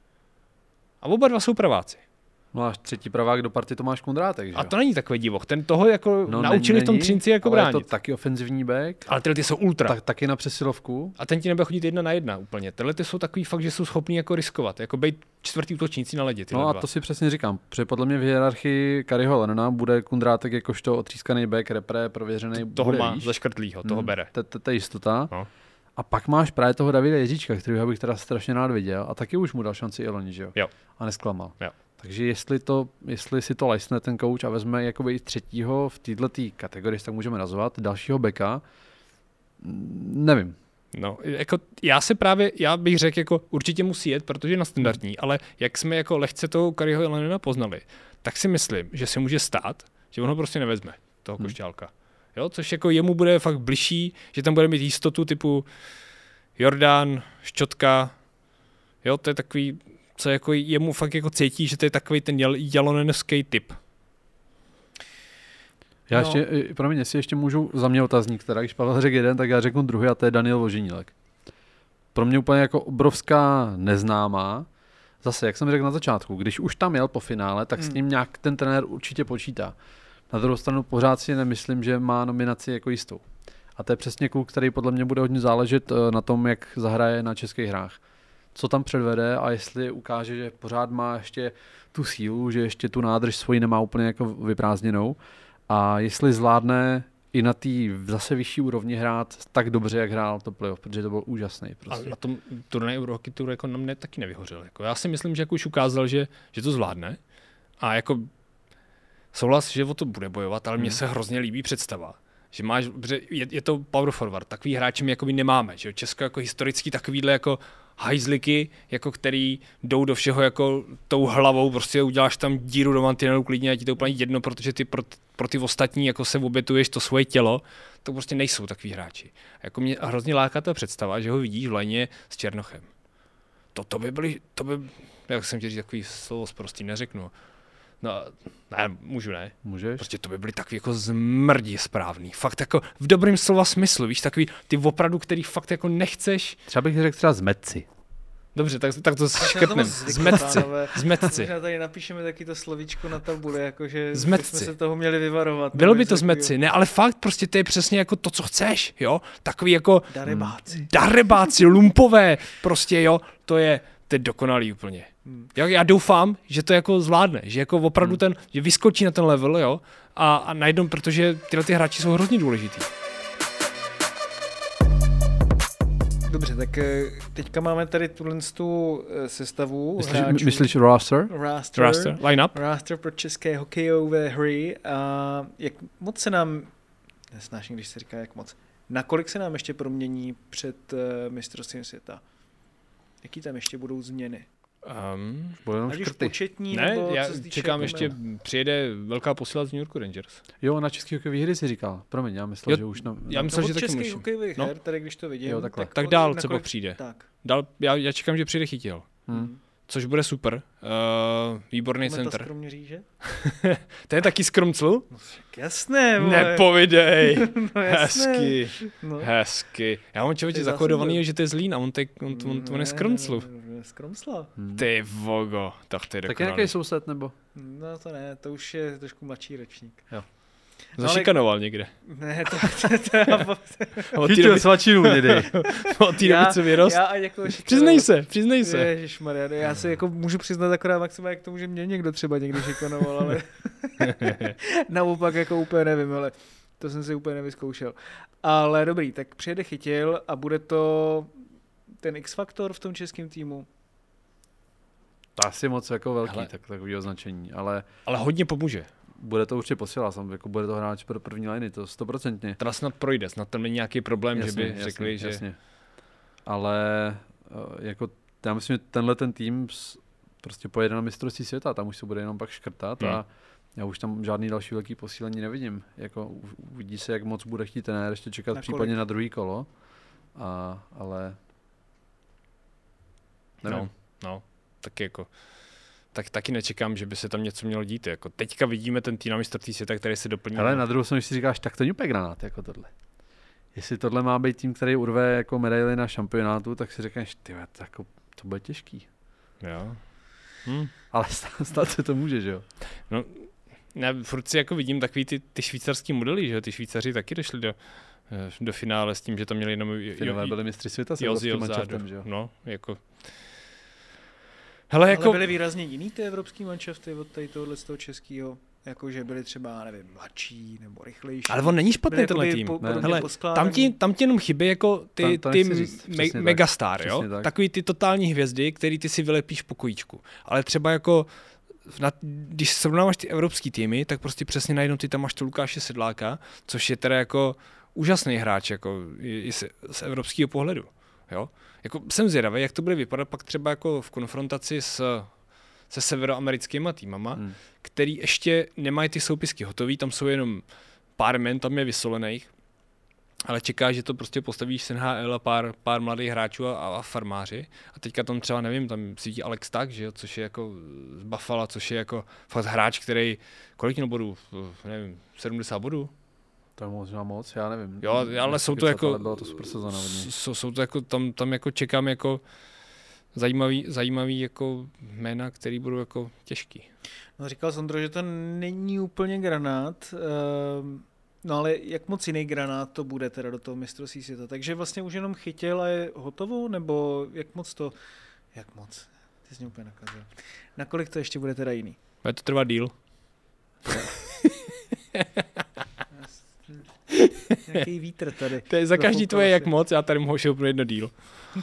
A oba dva jsou praváci. No až třetí pravák do party Tomáš Kundrátek, že? A to není takový divoch, ten toho jako naučili v tom Třinci jako bránit. Ale je to taky ofenzivní back. Ale ty jsou ultra. Taky na přesilovku. A ten ti nebude chodit 1 na 1 úplně. Tyhle ty jsou takový fakt, že jsou schopní jako riskovat, jako být čtvrtý útočníci na ledě. No a to si přesně říkám, protože podle mě v hierarchii Kariho Lenona bude Kundrátek jakožto otřískaný back, repre, prověřený. Toho má zaškrtlýho, toho bere. To je jistota. No. A pak máš právě toho Davida Jiříčka, kterého bych teda strašně rád viděl a taky už mu dal šanci i loni, že jo? A nesklamal. Jo. Takže jestli si to lajsne ten coach a vezme jakoby třetího v této kategorii, tak můžeme nazvat, dalšího beka, nevím. No, jako já bych řekl, jako určitě musí jet, protože je na standardní, ale jak jsme jako lehce toho Kariho Lenona poznali, tak si myslím, že se může stát, že on ho prostě nevezme, toho Košťálka. Jo, což jako jemu bude fakt bližší, že tam bude mít jistotu typu Jordán, Ščotka, jo, to je takový, co jako jemu fakt jako cítí, že to je takový ten jalonenovský typ. Já ještě, promiň, jestli ještě můžu za mě otazník, teda, když Pavel řekl jeden, tak já řeknu druhý a to je Daniel Voženílek. Pro mě úplně jako obrovská neznámá. Zase, jak jsem řekl na začátku, když už tam jel po finále, tak s ním nějak ten trenér určitě počítá. Na druhou stranu pořád si nemyslím, že má nominaci jako jistou. A to je přesně kluk, který podle mě bude hodně záležet na tom, jak zahraje na českých hrách. Co tam předvede a jestli ukáže, že pořád má ještě tu sílu, že ještě tu nádrž svoji nemá úplně jako vyprázdněnou a jestli zvládne i na té zase vyšší úrovni hrát tak dobře, jak hrál to playoff, protože to byl úžasný. Prostě. A na tom turnaji Eurohockey Tour jako na mě taky nevyhořel. Jako já si myslím, že jako už ukázal, že to zvládne a jako souhlas, že o to bude bojovat, ale mně se hrozně líbí představa. Že máš, je to power forward, takový hráči my jakoby nemáme, že Česko jako historicky takovýhle jako hajzliky, jako který jdou do všeho jako tou hlavou, prostě uděláš tam díru do mantinelu klidně a ti to úplně jedno, protože ty pro ty ostatní jako se obětuješ to svoje tělo, to prostě nejsou takový hráči. A jako mě hrozně láká ta představa, že ho vidíš v léně s Černochem. To by, jak jsem ti říct, takový slovo prostý neřeknu. No, ne, můžu, ne? Můžeš? Prostě to by byly takový jako zmrdí správný. Fakt jako v dobrém slova smyslu, víš, takový ty opravdu, který fakt jako nechceš. Třeba bych řekl třeba zmetci. Dobře, tak to škrtnem. Zmetci. Možná tady napíšeme taky to slovíčko na tabuli, jakože jsme se toho měli vyvarovat. Bylo by to zmetci, ne, ale fakt prostě to je přesně jako to, co chceš, jo? Takový jako darebáci, lumpové, prostě jo, to je dokonalý úplně. Já doufám, že to jako zvládne, že jako opravdu že vyskočí na ten level, jo, a najednou, protože tyhle ty hráči jsou hrozně důležitý. Dobře, tak teďka máme tady tu sestavu hráčů. Myslíš roster? Roster, line-up? Roster pro české hokejové hry. A jak moc se nám, nesnáším, když se říká jak moc, nakolik se nám ještě promění před mistrovstvím světa? Jaký tam ještě budou změny? Ať už početní, ne, nebo já co se týče čekám ještě, přijede velká posila z New Yorku Rangers. Jo, na český hokejový hry si říkal. Promiň, já myslel, že už já myslel, že taky českých můžu. hokejových her, tady když to vidím. Jo, tak dál co přijde. Tak. Dál, já čekám, že přijde Chytil. Což bude super. Výborný center. Kroměříže? To je taky z Krumclu? No, jasné, vole. Nepovidej. No, Hezky. No. Hezky. Já mám člověče zakódovaný, že to je Zlín a on je z Krumclu. Z Krumsla. Ty vogo, tak to je dokonalý. Tak nějaký soused nebo? No to ne, to už je trošku mladší ročník. Jo. Zašikanoval někde. Ne, Chytil svačinu mě dej. Od té doby, co vyrost. Přiznej se. Ježišmarja, já se jako můžu přiznat akorát maximálně k tomu, že mě někdo třeba někdy šikanoval, ale naopak jako úplně nevím, ale to jsem si úplně nevyzkoušel. Ale dobrý, tak přijede Chytil a bude to ten X-faktor v tom českém týmu. To asi moc jako velký, takový označení, ale hodně pomůže. Bude to určitě posila, jako bude to hráč pro první liny, to 100%. Teda snad projde, snad tam není nějaký problém, jasně, že by řekli, že... Jasně. Ale jako já myslím, že tenhle ten tým prostě pojede na mistrovství světa, tam už se bude jenom pak škrtat a já už tam žádný další velký posílení nevidím. Jako uvidí se, jak moc bude chtít trenér ještě čekat případně na druhý kolo, ale nevím. No, taky jako... Tak taky nečekám, že by se tam něco mělo dít. Jako teďka vidíme ten tým na mistrovství světa, který se doplní. Ale na druhou stranu, když si říkáš, tak to není úplně granát jako tohle. Jestli tohle má být tým, který urve jako medaily na šampionátu, tak si řekneš, jako, to bude těžký. Jo. Ale stát se to může, že jo? No, já furt si jako vidím takový ty švýcarský modely, že jo? Ty Švýcaři taky došli do finále s tím, že tam měli jenom... Finové byli mistři světa s evropským manšaftem, že jo? No, jako... Ale byly výrazně jiný ty evropský manšafty od tohohle z toho českého, jakože byli třeba, nevím, mladší nebo rychlejší. Ale on není špatný tenhle tým. Hele, tam ti jenom chybí jako ty megastar, jo? Takový ty totální hvězdy, který ty si vylepíš v pokojíčku. Ale třeba jako, když srovnáváš ty evropský týmy, tak prostě přesně najednou ty tam máš to Lukáše Sedláka, což je teda jako úžasný hráč jako i z evropského pohledu, jo? Jako jsem zvědavý, jak to bude vypadat pak třeba jako v konfrontaci se severoamerickýma týmama, který ještě nemají ty soupisky hotový, tam jsou jenom pár men, tam je vysolených ale čeká, že to prostě postavíš z NHL a pár mladých hráčů a farmáři. A teďka tam třeba, nevím, tam svítí Alex Tak, že jo, což je jako z Buffalo, což je jako fakt hráč, který, kolik měl bodů, nevím, 70 bodů? To je možná moc, já nevím. Jo, ale jsou to jako, bylo to super sezóna. jsou to jako, tam jako čekám jako zajímavý jako jména, který budou jako těžký. No, říkal Sondro, že to není úplně granát, no ale jak moc jiný granát to bude teda do toho mistrovství světa? Takže vlastně už jenom chytil a je hotovo, nebo jak moc? Ty jsi mě úplně nakazil. Nakolik to ještě bude teda jiný? Bude to trvat díl. Nějaký vítr tady. To je za každý tvoje jak moc, já tady mohu šoupnout jedno díl.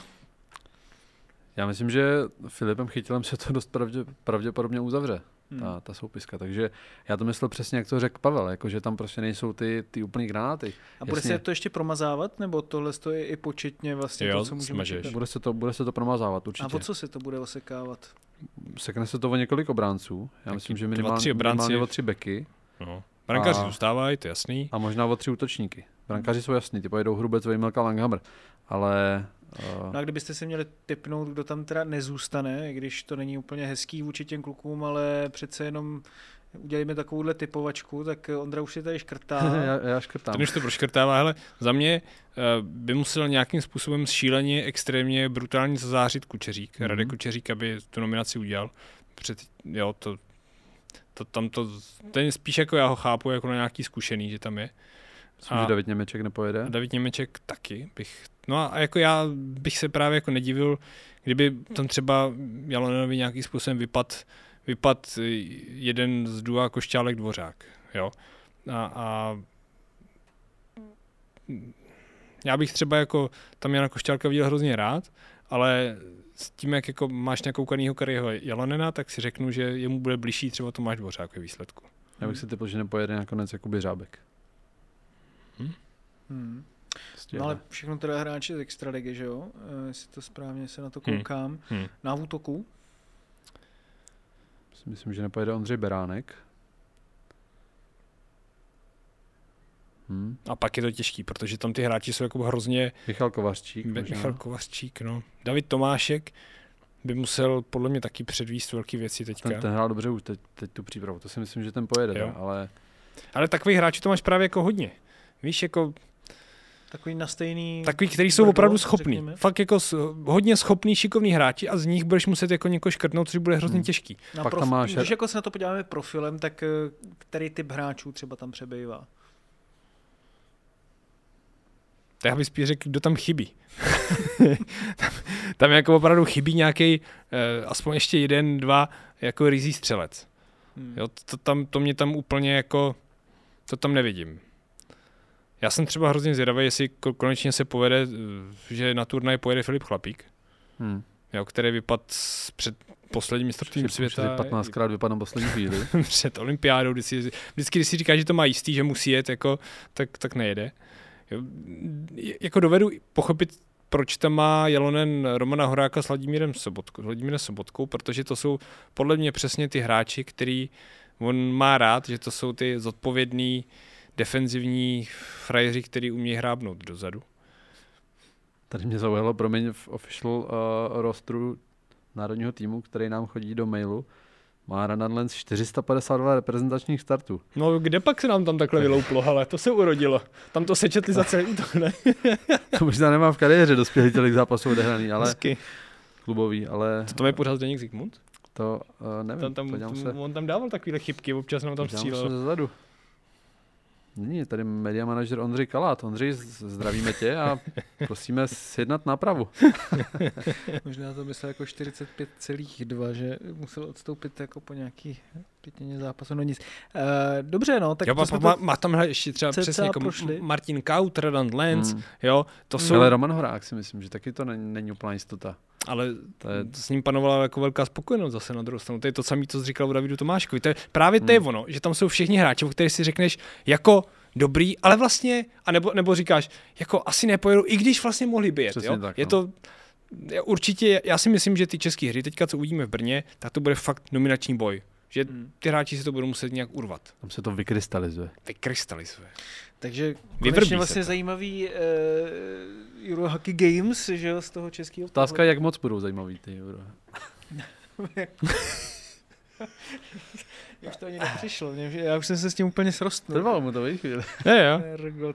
Já myslím, že Filipem Chytilem se to dost pravděpodobně uzavře, ta soupiska. Takže já to myslel přesně, jak to řekl Pavel, jako, že tam prostě nejsou ty úplný granáty. A bude se to ještě promazávat, nebo tohle je i početně vlastně jo, to, co můžeme čekat? Bude se to promazávat určitě. A o co se to bude osekávat? Sekne se to o několik obránců. Já myslím, že minimálně o 3 beky. No. Brankáři zůstávají, to je jasný. A možná o 3 útočníky. Brankáři jsou jasný, ty pojedou Hrubec, Vejmelka, Langhammer. Ale... No a kdybyste si měli tipnout, kdo tam teda nezůstane, když to není úplně hezký vůči těm klukům, ale přece jenom udělíme takovouhle typovačku, tak Ondra už si tady škrtá. já škrtám. Ten už to proškrtává, hele, za mě by musel nějakým způsobem šíleně, extrémně, brutálně zazářit Kučeřík, Radek Kučeřík, aby tu nominaci udělal. Ten je spíš jako já ho chápu, jako na nějaký zkušený, že tam je. Myslím, že David Němeček nepojede. David Němeček taky No a jako já bych se právě jako nedivil, kdyby tam třeba Jalonenovi nějakým způsobem vypad jeden z dua Košťálek Dvořák, jo. A já bych třeba jako tam Jana Košťálka viděl hrozně rád, ale s tím, jak jako máš nakoukanýho Kariho Jalonena, tak si řeknu, že jemu bude blížší třeba Tomáš Dvořák ve výsledku. Já bych si typl, že nepojede nakonec Jakub Řábek. No ale všechno teda hráči z extraligy, že jo? Jestli to správně se na to koukám. Na útoku? Myslím, že nepojede Ondřej Beránek. A pak je to těžký, protože tam ty hráči jsou jako hrozně... Michal Kovařčík. Michal Kovařčík, no. David Tomášek by musel podle mě taky předvíst velké věci teďka. Ten hrál dobře už teď tu přípravu, to si myslím, že ten pojede, ale takových hráčů to máš právě jako hodně. Víš, jako... Takový na stejný... Takový, kteří jsou opravdu schopní. Řekněme. Fakt jako hodně schopný, šikovný hráči a z nich budeš muset jako někoho škrtnout, což bude hrozně těžký. Když jako se na to podíváme profilem, tak který typ hráčů třeba tam přebývá? Tak já bych spíš řekl, kdo tam chybí. tam jako opravdu chybí nějaký, aspoň ještě 1, 2, jako ryzí střelec. Jo, to mě tam úplně jako, to tam nevidím. Já jsem třeba hrozně zvědavý, jestli konečně se povede, že na turnaj pojede Filip Chlapík, jo, který vypadl před posledním mistrovstvím světa. 15krát vypadl na poslední chvíli. Před olympiádou, vždycky, když si říká, že to má jistý, že musí jet, jako, tak nejede. Jo, jako dovedu pochopit, proč tam má Jalonen Romana Horáka s Vladimírem Sobotkou, protože to jsou podle mě přesně ty hráči, který on má rád, že to jsou ty zodpovědný defenzivní frajeři, který umí hrábnout dozadu. Tady mě zaujalo, promiň, v official rosteru národního týmu, který nám chodí do mailu, má Ranadlens 452 reprezentačních startů. No kde pak se nám tam takhle vylouplo, ale to se urodilo. Tam to sečetli za celý tohle. To možná nemám v kariéře dospělý tolik zápasů odehraný, ale hezky. Klubový, ale... To je pořád Zdeněk Zikmund? To nevím, on tam dával takovýhle chybky, občas nám tam střílel. Zezadu. Není, tady media manažer Ondřej Kalát. Ondřej, zdravíme tě a prosíme sjednat nápravu. Možná to myslel jako 45,2, že musel odstoupit jako po nějaký pětině zápasu, no nic. Dobře, no, tak jo, má tam ještě třeba přesně jako Martin Kaut, Radant Lenz, jo, to jsou... Ale Roman Horák si myslím, že taky to není úplná jistota. Ale to s ním panovala jako velká spokojenost zase na druhou stranu. To je to samé, co jsi říkal o Davidu Tomáškovi. To je právě to je ono, že tam jsou všichni hráči, o kterých si řekneš jako dobrý, ale vlastně, nebo říkáš, jako asi nepojedu, i když vlastně mohli by jet. Jo? Tak, je to určitě, já si myslím, že ty české hry, teďka co uvidíme v Brně, tak to bude fakt nominační boj. Že ty hráči si to budou muset nějak urvat. Tam se to vykrystalizuje. Takže konečně vlastně zajímavý Euro Hockey Games, že jo, z toho českého. Otázka, jak moc budou zajímavý ty Euro. Už to ani nepřišlo, já už jsem se s tím úplně srostnul. Trvalo mu to, víš, chvíli. Jo.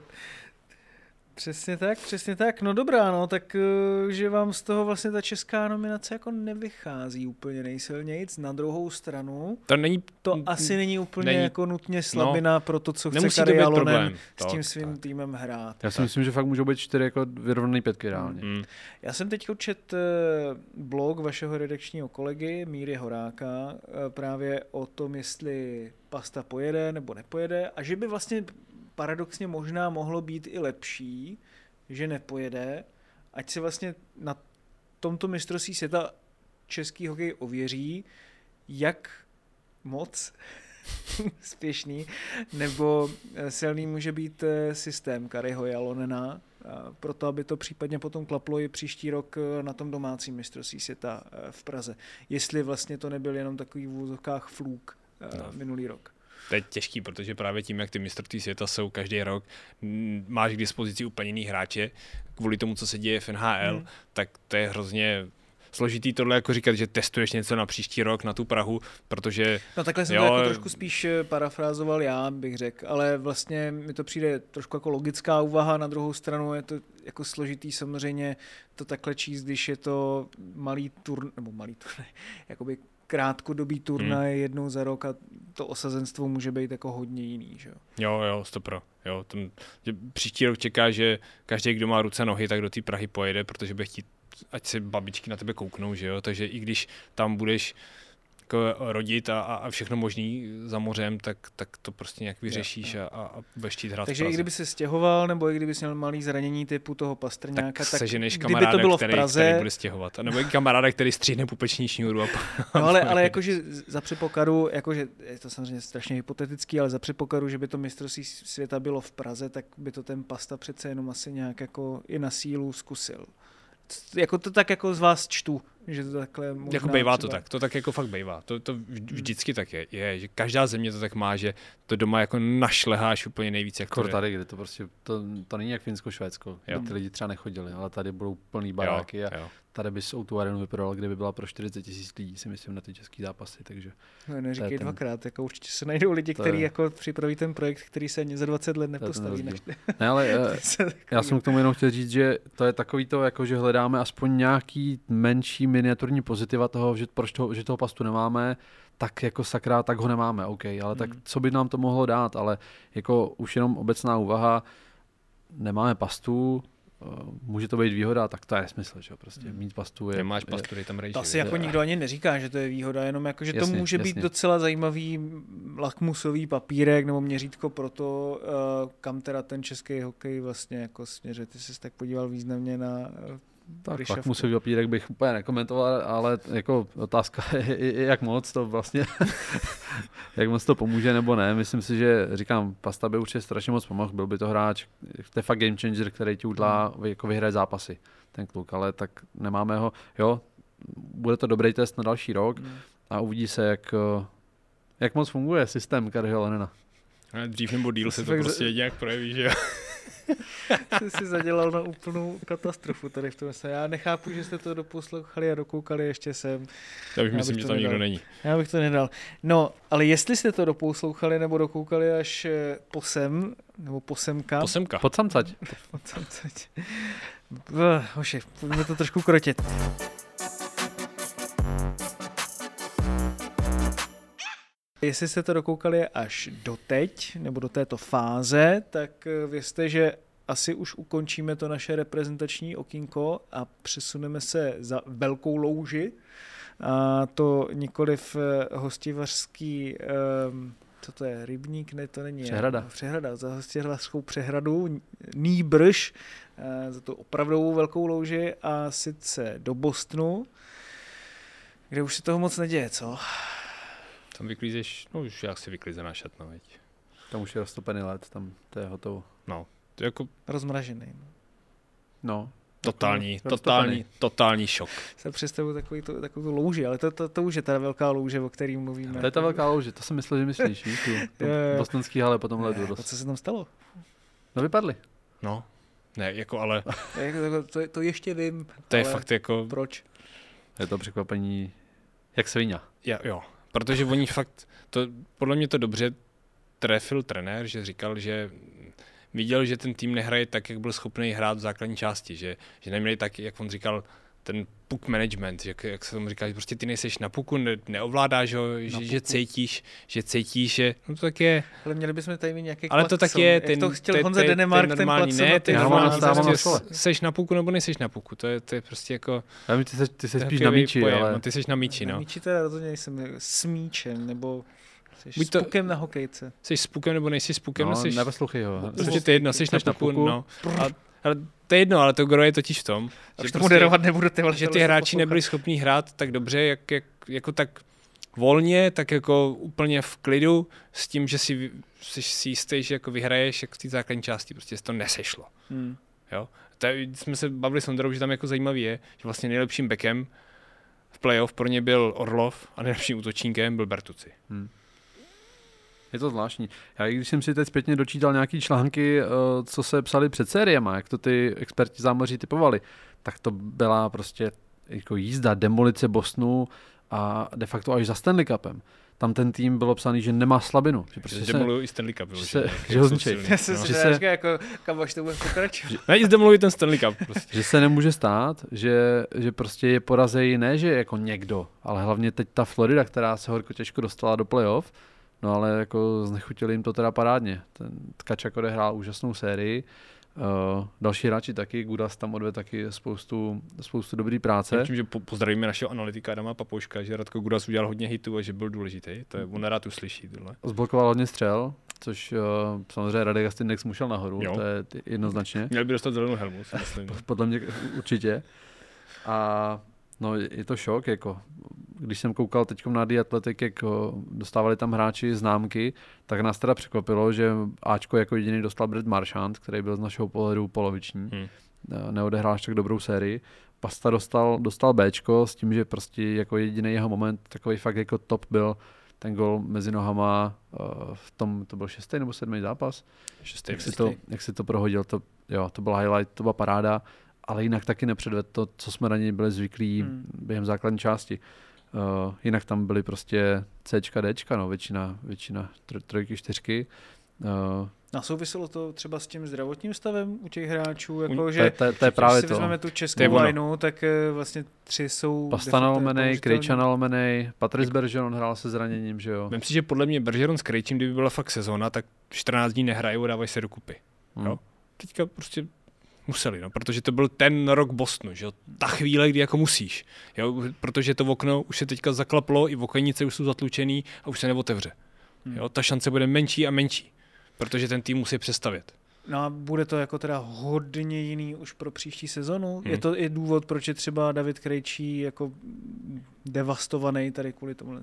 Přesně tak, no dobrá, no, tak že vám z toho vlastně ta česká nominace jako nevychází úplně nejsilnějc, na druhou stranu, to asi není úplně jako nutně slabina pro to, co chce Kari Jalonen s tím svým týmem hrát. Já si myslím, že fakt můžou být 4 jako vyrovnaný 5 reálně. Já jsem teď čet blog vašeho redakčního kolegy Míry Horáka právě o tom, jestli Pasta pojede nebo nepojede a že by vlastně paradoxně možná mohlo být i lepší, že nepojede, ať si vlastně na tomto mistrovství světa český hokej ověří, jak moc spěšný nebo silný může být systém Kariho Jalonena, proto aby to případně potom klaplo i příští rok na tom domácím mistrovství světa v Praze. Jestli vlastně to nebyl jenom takový v úzovkách fluk minulý rok. To je těžký, protože právě tím, jak ty mistrovství světa jsou každý rok, máš k dispozici úplně jiný hráče, kvůli tomu, co se děje v NHL, tak to je hrozně složitý tohle jako říkat, že testuješ něco na příští rok, na tu Prahu, protože... No takhle jsem to jako trošku spíš parafrázoval já, bych řekl, ale vlastně mi to přijde trošku jako logická úvaha, na druhou stranu je to jako složitý samozřejmě to takhle číst, když je to malý turnaj, jakoby krátkodobý turnaj jednou za rok a to osazenstvo může být jako hodně jiný, že jo? Jo, 100%. Jo, příští rok čeká, že každý, kdo má ruce nohy, tak do té Prahy pojede, protože bude chtít, ať se babičky na tebe kouknou, že jo? Takže i když tam budeš jako rodit a všechno možný za mořem, tak to prostě nějak vyřešíš a budeš chtít hrát. Takže i kdyby se stěhoval, nebo i kdyby měl malý zranění typu toho Pastrňáka, tak seženeš kdyby to bylo v Praze, který bude stěhovat. A nebo i kamaráda, který stříhne pupeční šňůru. No ale jakože za předpokladu, jakože je to samozřejmě strašně hypotetický, ale za předpokladu, že by to mistrovství světa bylo v Praze, tak by to ten Pasta přece jenom asi nějak jako i na sílu zkusil. Jako to tak jako z vás čtu, že to takhle možná jako bejvá třeba... to tak jako fakt bejvá. To vždycky tak je, že každá země to tak má, že to doma jako našleháš úplně nejvíc. Jak tady, kde to prostě, to není jak Finsko, Švédsko, kde ty lidi třeba nechodili, ale tady budou plný baráky a tady bys tu arenu vypadal, kde by byla pro 40 000 lidí, si myslím, na ty český zápasy, takže... No, neříkej dvakrát, jako určitě se najdou lidi, kteří jako připraví ten projekt, který se ani za 20 let nepostaví. Ne, ale já jsem k tomu jenom chtěl říct, že to je takový to, jako že hledáme aspoň nějaký menší miniaturní pozitiva toho, že toho Pastu nemáme, tak jako sakra, tak ho nemáme, OK, ale tak co by nám to mohlo dát, ale jako už jenom obecná úvaha, nemáme Pastu, může to být výhoda, tak to je smysl, že prostě mít Pastu je... Nemáš Pastu, tam rejži. To asi jako nikdo ani neříká, že to je výhoda, jenom jako, že to může být docela zajímavý lakmusový papírek nebo měřítko pro to, kam teda ten český hokej vlastně jako směřuje. Ty jsi tak podíval významně na... Tak lakmusový papírek bych úplně nekomentoval, ale jako otázka je jak moc to vlastně, jak moc to pomůže nebo ne. Myslím si, že říkám, Pasta by určitě strašně moc pomohl, byl by to hráč, to je fakt game changer, který ti udělá jako vyhraje zápasy, ten kluk, ale tak nemáme ho. Jo, bude to dobrý test na další rok a uvidí se, jak moc funguje systém Kariho Jalanena. Dřív nebo díl se to prostě nějak projeví, že jo. Jsi si zadělal na úplnou katastrofu tady v tom. Já nechápu, že jste to doposlouchali a dokoukali ještě sem. Já už myslím, že tam nikdo není. Já bych to nedal. No, ale jestli jste to doposlouchali nebo dokoukali až po sem, nebo po semka. Podsamcať. Hoši, pojďme to trošku krotit. Jestli jste to dokoukali až doteď, nebo do této fáze, tak vězte, že asi už ukončíme to naše reprezentační okýnko a přesuneme se za velkou louži. A to nikoliv hostivařský, co to je, rybník, ne, to není. Přehrada, za hostivařskou přehradu, nýbrž, za tu opravdovou velkou louži a sice do Bostonu, kde už se toho moc neděje, co? Tam vyklízeš, no už jak si vyklizená šatna, veď. Tam už je roztopený led, tam to je hotovo. No, to je jako... Rozmražený. No, Totální šok. Se představuji takovou louži, ale to už je ta velká louže, o který mluvíme. To je ta velká louže, to jsem myslel, že myslíš, víš, tu bostonský hale po tom ledu. A co se tam stalo? No vypadli. No, ne, jako ale... to ještě vím. To je fakt jako... Proč? Je to překvapení jak sviňa. Jo, protože oni fakt, podle mě to dobře trefil trenér, že říkal, že viděl, že ten tým nehraje tak, jak byl schopný hrát v základní části, že neměli tak, jak on říkal, ten puck management, jak se tomu říká, že prostě ty nejseš na puku, neovládáš ho, že cítíš, že no to tak je. Ale měli bychom tady mít nějaký ale to tak je, to chtěl Honza Denemark, ten normální, ne, ty normální, seš na puku nebo nejseš na puku, to je prostě jako... Ty jsi spíš na míči, ale... No, ty seš na míči, no. Na míči teda rozhodně nejsem s míčem, nebo jsi s pukem na hokejce. Jsi s pukem nebo nejsi s pukem, no, neposlouchej ho. Prostě ty jedno, jsi na puku, no. Ale to je jedno, ale to gro je totiž v tom, že to moderovat nebudu, že ty hráči nebyli schopní hrát tak dobře, jako tak volně, tak jako úplně v klidu, s tím, že jsi jistý, že jako vyhraješ jak v té základní části, prostě se to nesešlo. Jo? Jsme se bavili s Ondrou, že tam jako zajímavý je, že vlastně nejlepším backem v playoff pro ně byl Orlov a nejlepším útočníkem byl Bertucci. Je to zvláštní. Já když jsem si teď zpětně dočítal nějaký články, co se psali před sériema, jak to ty experti zámoří typovali, tak to byla prostě jako jízda, demolice Bostonu a de facto až za Stanley Cupem. Tam ten tým bylo psaný, že nemá slabinu. Že prostě demolují i Stanley Cup. Že ho zničí. Jako, kam až to bude pokračovat. Ne, zdemolují ten Stanley Cup. Prostě. Že se nemůže stát, že prostě je porazejí ne, že jako někdo, ale hlavně teď ta Florida, která se horko těžko dostala do playoff. No ale jako znechutili jim to teda parádně. Ten Tkačak odehrál úžasnou sérii. Další hráči taky, Gudas tam odvedl taky spoustu dobrý práce. Myslím, že pozdravíme našeho analytika Adama Papouška, že Radko Gudas udělal hodně hitů a že byl důležitý. To je, on rád uslyší tohle. Zblokoval hodně střel, což samozřejmě Radek Astindex musel nahoru, jo. To je jednoznačně. Měl by dostat zelenou helmu, si myslím. Podle mě určitě. A no, je to šok, jako když jsem koukal teď na The Athletic, jak dostávali tam hráči známky, tak nás teda překvapilo, že Ačko jako jediný dostal Brad Marchand, který byl z našeho pohledu poloviční. Neodehrál až tak dobrou sérii. Pasta dostal Bčko s tím, že prostě jako jediný jeho moment, takový fakt jako top byl ten gol mezi nohama v tom, to byl 6. nebo 7. zápas. 6. Jak si to prohodil, to byl highlight, to byla paráda. Ale jinak taky nepředvedl to, co jsme na něj byli zvyklí během základní části. Jinak tam byly prostě Cčka, Dčka, no, většina trojky, čtyřky. A souviselo to třeba s tím zdravotním stavem u těch hráčů, jako že to je právě si to. vezmeme tu českou lineu, tak vlastně 3 jsou... Pasta nalomenej, Krejča nalomenej, Patrice Bergeron hrál se zraněním, že jo. Myslím si, že podle mě Bergeron s Krejčím, kdyby byla fakt sezóna, tak 14 dní nehrajou a dávají se dokupy. Jo? Teďka prostě museli, no, protože to byl ten rok Bostonu, že jo, ta chvíle, kdy jako musíš, jo, protože to okno už se teďka zaklaplo, i okenice už jsou zatlučený a už se neotevře. Jo, ta šance bude menší a menší, protože ten tým musí přestavět. No a bude to jako teda hodně jiný už pro příští sezonu? Je to i důvod, proč je třeba David Krejčí jako devastovaný tady kvůli tomu?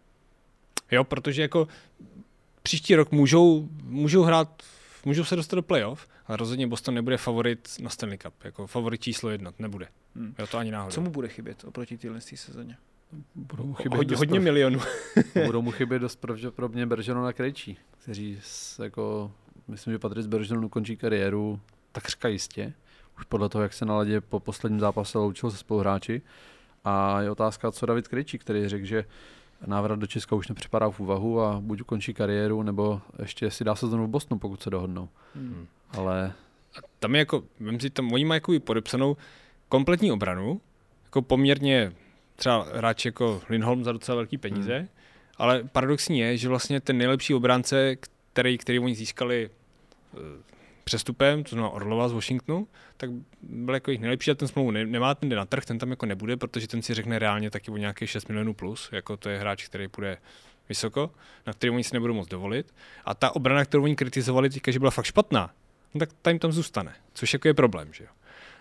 Jo, protože jako příští rok můžou hrát, můžou se dostat do playoff, ale rozhodně Boston nebude favorit na Stanley Cup, jako favorit číslo 1, nebude. Jo, to ani náhodou. Co mu bude chybět oproti téhle sezóně? Budou mu chybět hodně milionů. Budou mu chybět dost pravděpodobně Bergeron a Krejčí, kteří jako, myslím, že Patrice Bergeron ukončí kariéru takřka jistě, už podle toho, jak se na ledě po posledním zápase loučil se spoluhráči. A je otázka, co David Krejčí, který řekl, že návrat do Česka už nepřipadá v úvahu a buď ukončí kariéru, nebo ještě si dá sezonu v Bostonu, pokud se dohodnou. Ale... A tam je jako, oni mají jako podepsanou kompletní obranu, jako poměrně třeba hráč jako Lindholm za docela velký peníze, ale paradoxní je, že vlastně ten nejlepší obránce, který oni získali přestupem, to znamená Orlova z Washingtonu, tak byl jako jich nejlepší a ten smlouvu nemá, ten jde na trh, ten tam jako nebude, protože ten si řekne reálně taky o nějakých 6 milionů plus, jako to je hráč, který půjde vysoko, na který oni si nebudou moc dovolit. A ta obrana, kterou oni kritizovali teďka, že byla fakt špatná, no tak ta jim tam zůstane, což jako je problém, že jo.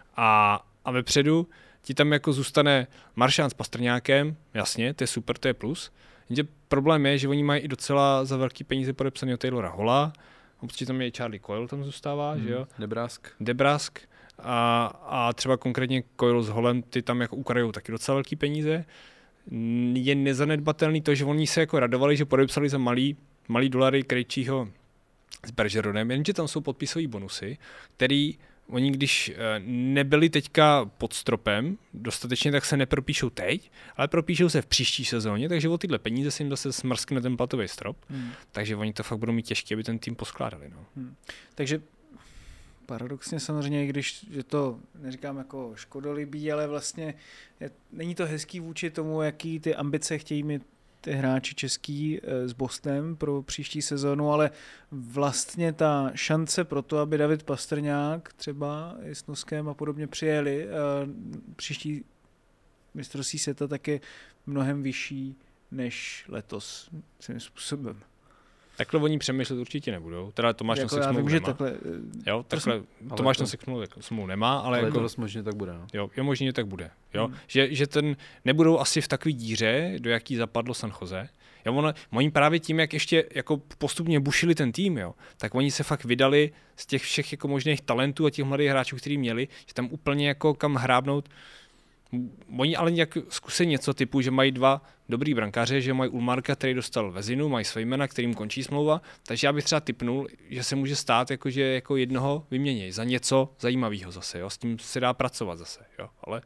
A vepředu ti tam jako zůstane Marchand s Pastrňákem, jasně, to je super, to je plus. Jenže problém je, že oni mají i docela za velký peníze podepsaného Taylora Halla, určitě tam je i Charlie Coyle, tam zůstává, že jo. Debrask. a třeba konkrétně Coyle s Holem, ty tam jako ukrajou taky docela velký peníze. Je nezanedbatelný to, že oni se jako radovali, že podepsali za malý dolary Krejčího s Bergeronem, jenže tam jsou podpisové bonusy, který oni, když nebyli teďka pod stropem dostatečně, tak se nepropíšou teď, ale propíšou se v příští sezóně, takže o tyhle peníze se jim zase smrskne ten platový strop, takže oni to fakt budou mít těžké, aby ten tým poskládali. No. Takže paradoxně samozřejmě, i když je to, neříkám jako škodolibý, ale vlastně není to hezký vůči tomu, jaký ty ambice chtějí mít ty hráči český s Bostonem pro příští sezonu, ale vlastně ta šance pro to, aby David Pastrňák třeba i s Noskem a podobně přijeli příští mistrovství světa, tak je mnohem vyšší než letos svým způsobem. Takhle oni přemýšlet určitě nebudou. Teda Tomáš Nosek smlouvu nemá. Jo, takhle Tomáš Nosek smlouvu nemá, ale jako dost možně tak bude. No. Jo, je možně tak bude. Jo, že ten nebudou asi v takové díře, do jaký zapadlo San Jose. Jo, oni právě tím, jak ještě jako postupně bušili ten tým, jo, tak oni se fakt vydali z těch všech jako možných talentů a těch mladých hráčů, který měli, že tam úplně jako kam hrábnout. Oni ale nějak zkusí něco typu, že mají 2 dobrý brankáře, že mají Ulmarka, který dostal vezinu, mají Svejmena, kterým končí smlouva, takže já bych třeba tipnul, že se může stát, jako, že jako jednoho vyměnějí za něco zajímavého zase, jo? S tím se dá pracovat zase, jo? Ale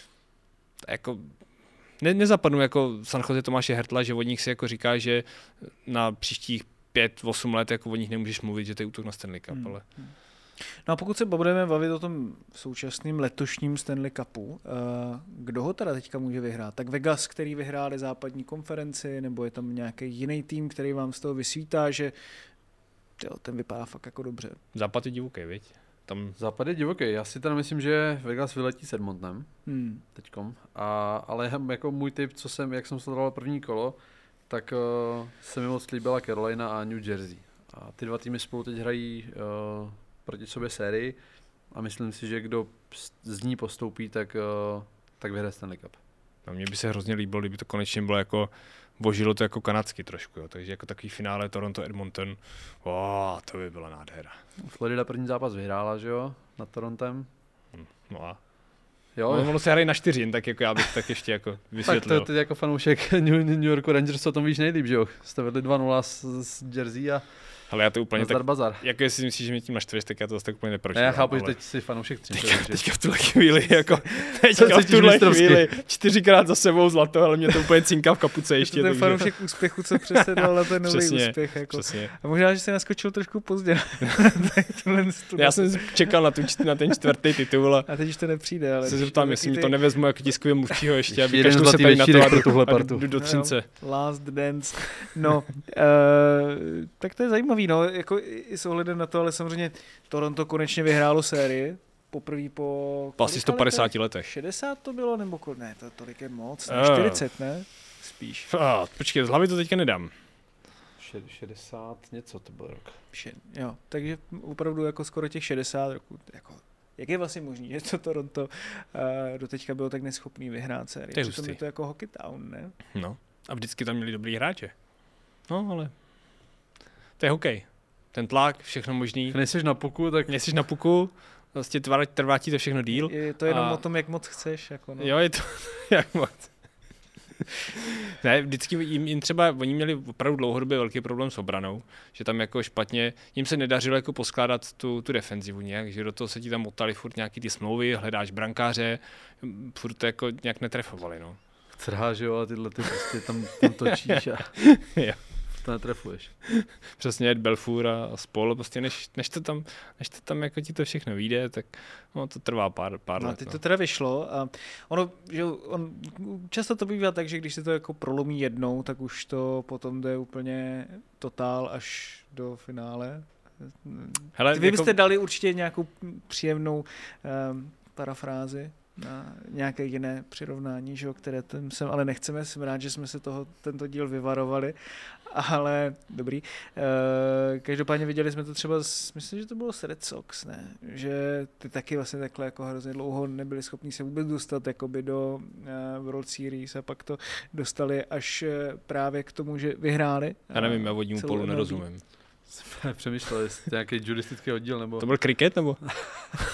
jako nezapadnu jako San Jose Tomáše Hertla, že od nich se jako říká, že na příštích 5-8 let jako o nich nemůžeš mluvit, že to je útok na Stanley Cup, ale... No a pokud se budeme bavit o tom současném letošním Stanley Cupu, kdo ho teda teďka může vyhrát? Tak Vegas, který vyhráli západní konferenci, nebo je tam nějaký jiný tým, který vám z toho vysvítá, že ten vypadá fakt jako dobře. Západ je divoký, viď? Západ je divoký. Já si teda myslím, že Vegas vyletí s Edmontonem teďkom. Ale jako můj tip, jak jsem sledoval první kolo, tak se mi moc líbila Carolina a New Jersey. A ty 2 týmy spolu teď hrají proti sobě sérii a myslím si, že kdo z ní postoupí, tak vyhraje Stanley Cup. No, mně by se hrozně líbilo, kdyby to konečně bylo jako, vožilo to jako kanadsky trošku, jo. Takže jako takový finále Toronto-Edmonton, to by byla nádhera. Florida první zápas vyhrála, že jo, nad Torontem. No a? Jo. Ono se hraje na 4, tak jako já bych tak ještě jako vysvětlil. Tak to ty jako fanoušek New Yorku Rangers o tom víš nejlíp, že jo? Jste vedli 2-0 s Jersey a ale já to úplně tak, bazar. Jako jestli myslíš, že mě tím naštveš, tak já to zase tak úplně nepročítám. Já chápu, že teď jsi fanoušek 3. Teďka v tuhle chvíli, jako teďka v tuhle chvíli 4krát za sebou zlato, ale mě to úplně cinká v kapuce ještě. To ten fanoušek úspěchu, co přesedal na ten nový úspěch. Jako. A možná, že jsi naskočil trošku pozdě. Já jsem čekal na ten 4. titul. A teď už to nepřijde. Ale se zeptám, jestli mi to nevezmu jako tiskově mluvčího ještě, aby každou se tady na to a jdu do Třince. Last Dance. No, tak to je zajímavý, no, jako i s ohledem na to, ale samozřejmě Toronto konečně vyhrálo sérii, poprvé po asi 150 letech. 60 to bylo, nebo ne, to tolik je moc, 40, ne? Spíš. Počkej, z hlavy to teďka nedám. 60 něco to byl rok. Jo, takže opravdu jako skoro těch 60 roků, jako, jak je vlastně možný, že to Toronto doteďka bylo tak neschopný vyhrát sérii. Přitom je to jako Hockey Town, ne? No, a vždycky tam měli dobrý hráče. No, ale to je hokej. Ten tlak, všechno možný. Nejseš na puku, tak... Nejseš na puku, vlastně trvá ti to všechno díl. Je to jenom o tom, jak moc chceš. Jako no. Jo, je to jak moc. Ne, vždycky jim třeba, oni měli opravdu dlouhodobě velký problém s obranou, že tam jako špatně, jim se nedařilo jako poskládat tu defenzivu nějak, že do toho se ti tam motali furt nějaký ty smlouvy, hledáš brankáře, furt to jako nějak netrefovali, no. Trháš, jo, a tyhle ty prostě tam točíš a... Jo. To netrefuješ. Přesně, Ed Belfour a spol, prostě než to tam jako ti to všechno vyjde, tak no, to trvá pár let. No, teď to teda vyšlo a často to bývá tak, že když se to jako prolomí jednou, tak už to potom jde úplně totál až do finále. Hele, vy byste dali určitě nějakou příjemnou parafrázi na nějaké jiné přirovnání, že, které sem ale nechceme, jsem rád, že jsme se tento díl vyvarovali, ale dobrý. Každopádně viděli jsme to třeba, myslím, že to bylo s Red Sox, ne? Že ty taky vlastně takhle jako hrozně dlouho nebyli schopni se vůbec dostat jakoby do World Series a pak to dostali až právě k tomu, že vyhráli. Já nevím, já vodnímu polu nerozumím. Jsem přemýšlel, jestli nějaký juristický oddíl, nebo... To byl kriket, nebo?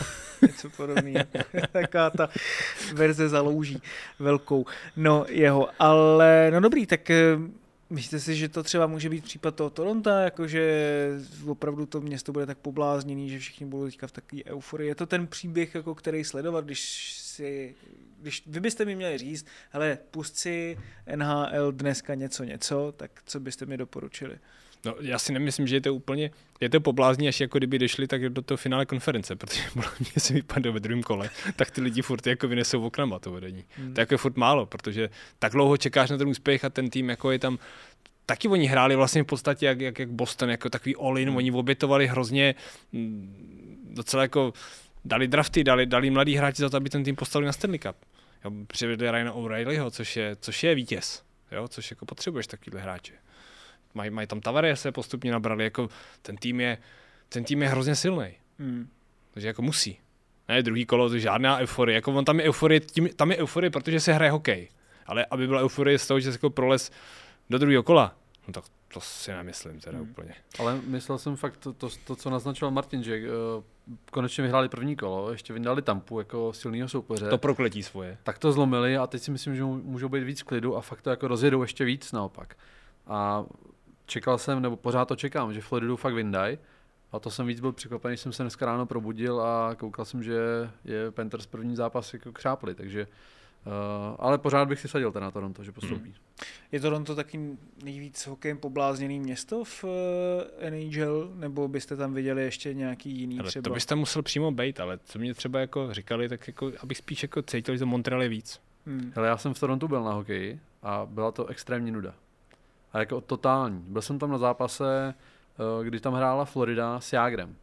něco podobného. Taká ta verze za louží velkou. No jeho, ale no dobrý, tak myslíte si, že to třeba může být případ toho Toronta, jakože opravdu to město bude tak poblázněný, že všichni budou teďka v takové euforii. Je to ten příběh, jako který sledovat, když vy byste mi měli říct, hele, pust si NHL dneska něco, tak co byste mi doporučili? No, já si nemyslím, že je to poblázní, až jako kdyby došli tak do toho finále konference, protože mě se vypadlo ve druhém kole, tak ty lidi furt jako vynesou oknama to vedení. To jako je furt málo, protože tak dlouho čekáš na ten úspěch a ten tým jako je tam, taky oni hráli vlastně v podstatě jak Boston, jako takový all-in, oni obětovali hrozně docela jako dali drafty, dali mladý hráči za to, aby ten tým postavili na Stanley Cup. Jo, přivedli Ryana O'Reillyho, což je vítěz, jo, což jako potřebuješ takovýhle hráče. Mají tam Tavares se postupně nabrali, jako ten tým je hrozně silný. Takže jako musí. Ne, druhý kolo, to žádná euforie. Jako tam je euforie, protože se hraje hokej. Ale aby byla euforie z toho, že se jako prolez do druhého kola, no tak to si nemyslím teda úplně. Ale myslel jsem fakt to, co naznačoval Martin, že konečně vyhráli první kolo, ještě vyndali Tampu jako silného soupeře. To prokletí svoje. Tak to zlomili a teď si myslím, že můžou být víc klidu a fakt to jako rozjedou ještě víc naopak. A čekal jsem, nebo pořád to čekám, že Floridu fakt vyndají. A to jsem víc byl překvapený, když jsem se dneska ráno probudil a koukal jsem, že je Panthers první zápas jako křápli, takže ale pořád bych si sadil na Toronto, že postoupí. Je Toronto taky nejvíc hokejem poblázněný město v NHL, nebo byste tam viděli ještě nějaký jiný ale třeba? To byste musel přímo bejt, ale co mě třeba jako říkali, tak jako, abych spíš jako cítil, že to Montreal je víc. Hele, já jsem v Torontu byl na hokeji a byla to extrémní nuda. A jako totální. Byl jsem tam na zápase, kdy tam hrála Florida s Jágrem.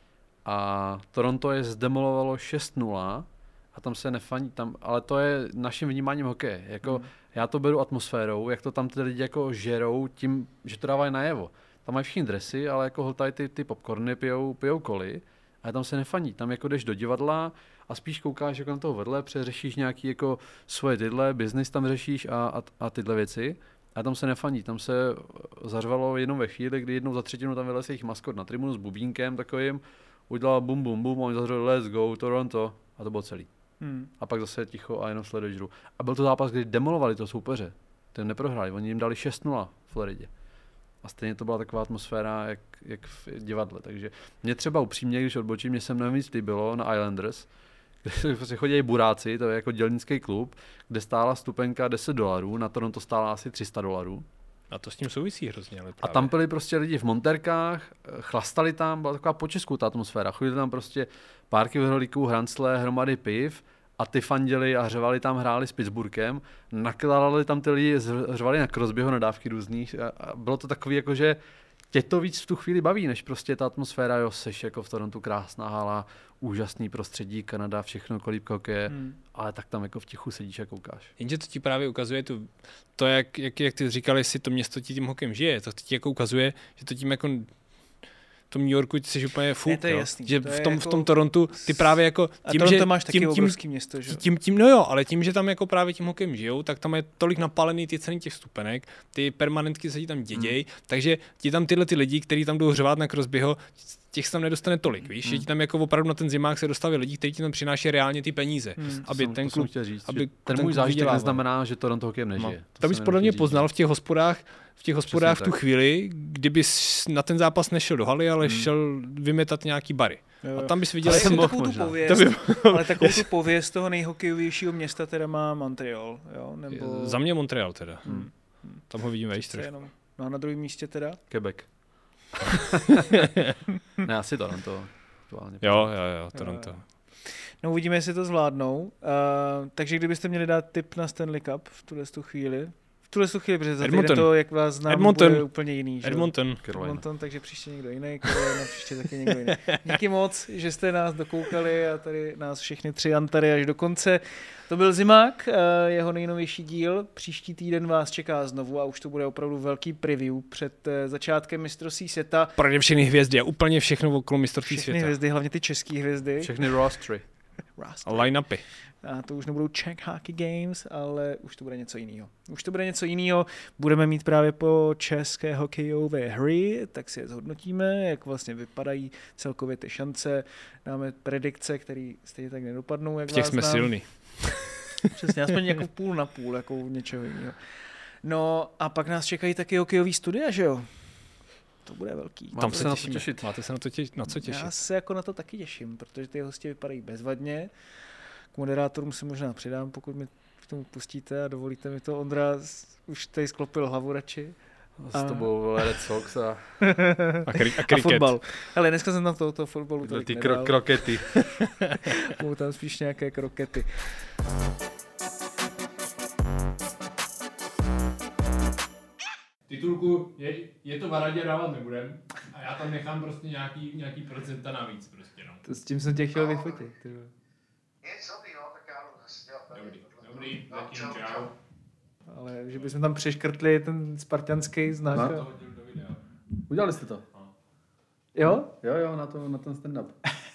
A Toronto je zdemolovalo 6-0 a tam se nefaní, ale to je naším vnímáním hokeje. Jako, já to beru atmosférou, jak to tam ty lidi jako žerou tím, že to dávají najevo. Tam mají všichni dresy, ale jako hltají ty popcorny, pijou koly a tam se nefaní. Tam jako jdeš do divadla a spíš koukáš jako na toho vedle, řešíš nějaký jako svoje tyhle, business tam řešíš a tyhle věci. A tam se nefaní, tam se zařvalo jenom ve chvíli, kdy jednou za třetinu tam vylez jejich maskot na tribunu s bubínkem takovým, udělal bum bum bum a oni zařvali let's go Toronto a to bylo celý. A pak zase ticho a jenom sleduješ hru. A byl to zápas, kdy demolovali to soupeře, ten neprohráli, oni jim dali 6-0 v Floridě. A stejně to byla taková atmosféra, jak v divadle, takže mě třeba upřímně, když odbočím, mě se mnohem víc líbilo na Islanders, kde se chodí buráci, to je jako dělnický klub, kde stála stupenka $10, na Toronto stála asi $300. A to s tím souvisí hrozně. Ale a tam byli prostě lidi v monterkách, chlastali tam, byla taková po česku ta atmosféra. Chodili tam prostě párky vrholíků, hrancle, hromady piv a ty fandili a hřevali tam, hráli s Pittsburghem, nakládali tam ty lidi, hřevali na Crosbyho nadávky různých a bylo to takový jako, že tě to víc v tu chvíli baví, než prostě ta atmosféra, jo, seš jako v Torontu krásná hala, úžasný prostředí, Kanada, všechno, kolíbka hokeje, ale tak tam jako v tichu sedíš a koukáš. Jenže to ti právě ukazuje to jak ty říkali, si to město ti tím hokejem žije, to ti jako ukazuje, že to tím jako v tom New Yorku jsi úplně fuk, to je jasný, že to v tom Torontu ty právě jako tím, a že máš taky obrovský město, že? No jo, ale tím, že tam jako právě tím hokejem žijou, tak tam je tolik napálený ty ceny těch stupenek, ty permanentky se ti tam dědějí, takže ti tam tyhle ty lidi, kteří tam jdou hřevát na Crosbyho, těch se tam nedostane tolik, víš, že ti tam jako opravdu na ten zimák se dostávají lidi, kteří ti tam přináší reálně ty peníze, aby ten klub, aby ten můj zážitek neznamená, že Toronto hokejem nežije. To bys podle mě poznal v těch hospodách v tu chvíli, kdybys na ten zápas nešel do haly, ale šel vymetat nějaký bary. Jo. A tam bys viděl, ale takovou tu pověst toho nejhokejovějšího města teda má Montreal, jo? Nebo... Za mě Montreal teda. Tam ho vidíme víc trošku. No a na druhém místě teda? Quebec. Ne, asi Toronto. Jo, Toronto. No uvidíme, jestli to zvládnou. Takže kdybyste měli dát tip na Stanley Cup v tuhle chvíli, protože za týden to, jak vás znám, bude úplně jiný. Že? Edmonton, takže příště někdo jiný, příště taky někdo jiný. Díky moc, že jste nás dokoukali a tady nás všechny tři Antary až do konce. To byl Zimák, jeho nejnovější díl. Příští týden vás čeká znovu a už to bude opravdu velký preview před začátkem mistrovství světa. Pro všechny hvězdy a úplně všechno okolo mistrovství světa. Všechny hvězdy, hlavně ty české hvězdy. Všechny rostry. Line-upy. A to už nebudou Czech Hockey Games, ale už to bude něco jiného. Budeme mít právě po české hokejové hry, tak si je zhodnotíme, jak vlastně vypadají celkově ty šance. Dáme predikce, které stejně tak nedopadnou, jak V těch vás jsme znám. silný. Přesně, aspoň jako půl na půl, jako něčeho jiného. No a pak nás čekají taky hokejový studia, že jo? To bude velký. Tam se na to těšit. Máte se na co těšit? Já se jako na to taky těším, protože ty hosti vypadají bezvadně. K moderátorům se možná přidám, pokud mi k tomu pustíte a dovolíte mi to. Ondra už tady sklopil hlavu radši. S tobou Red Sox a kriket. Fotbal. Hele, dneska jsem tam toho fotbalu tolik ty nedal. krokety. Budou tam spíš nějaké krokety. Titulku je to Varadě, dávat nebudem a já tam nechám prostě nějaký procenta navíc prostě, no. To s tím jsem tě chtěl vyfotit. Dobrý, zatím čau. Ale že bychom tam přeškrtli ten spartanský znak. No. Udělali jste to? Jo? Jo, na ten stand-up.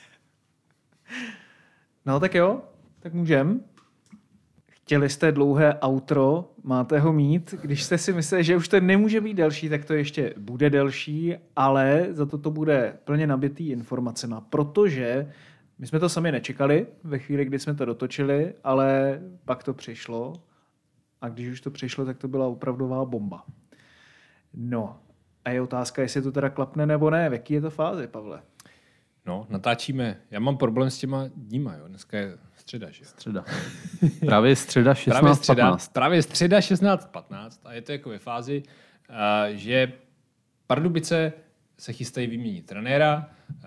No tak jo, tak můžem. Chtěli jste dlouhé outro, máte ho mít. Když jste si mysleli, že už to nemůže být delší, tak to ještě bude delší, ale za to bude plně nabitý informacema, protože my jsme to sami nečekali ve chvíli, kdy jsme to dotočili, ale pak to přišlo a když už to přišlo, tak to byla opravdová bomba. No a je otázka, jestli to teda klapne nebo ne. V jaký je to fázi, Pavle? No, natáčíme. Já mám problém s těma dníma, jo. Dneska je středa, že jo? Středa. Právě středa 16:15. Právě středa 16:15 a je to jako ve fázi, že Pardubice se chystají vyměnit trenéra,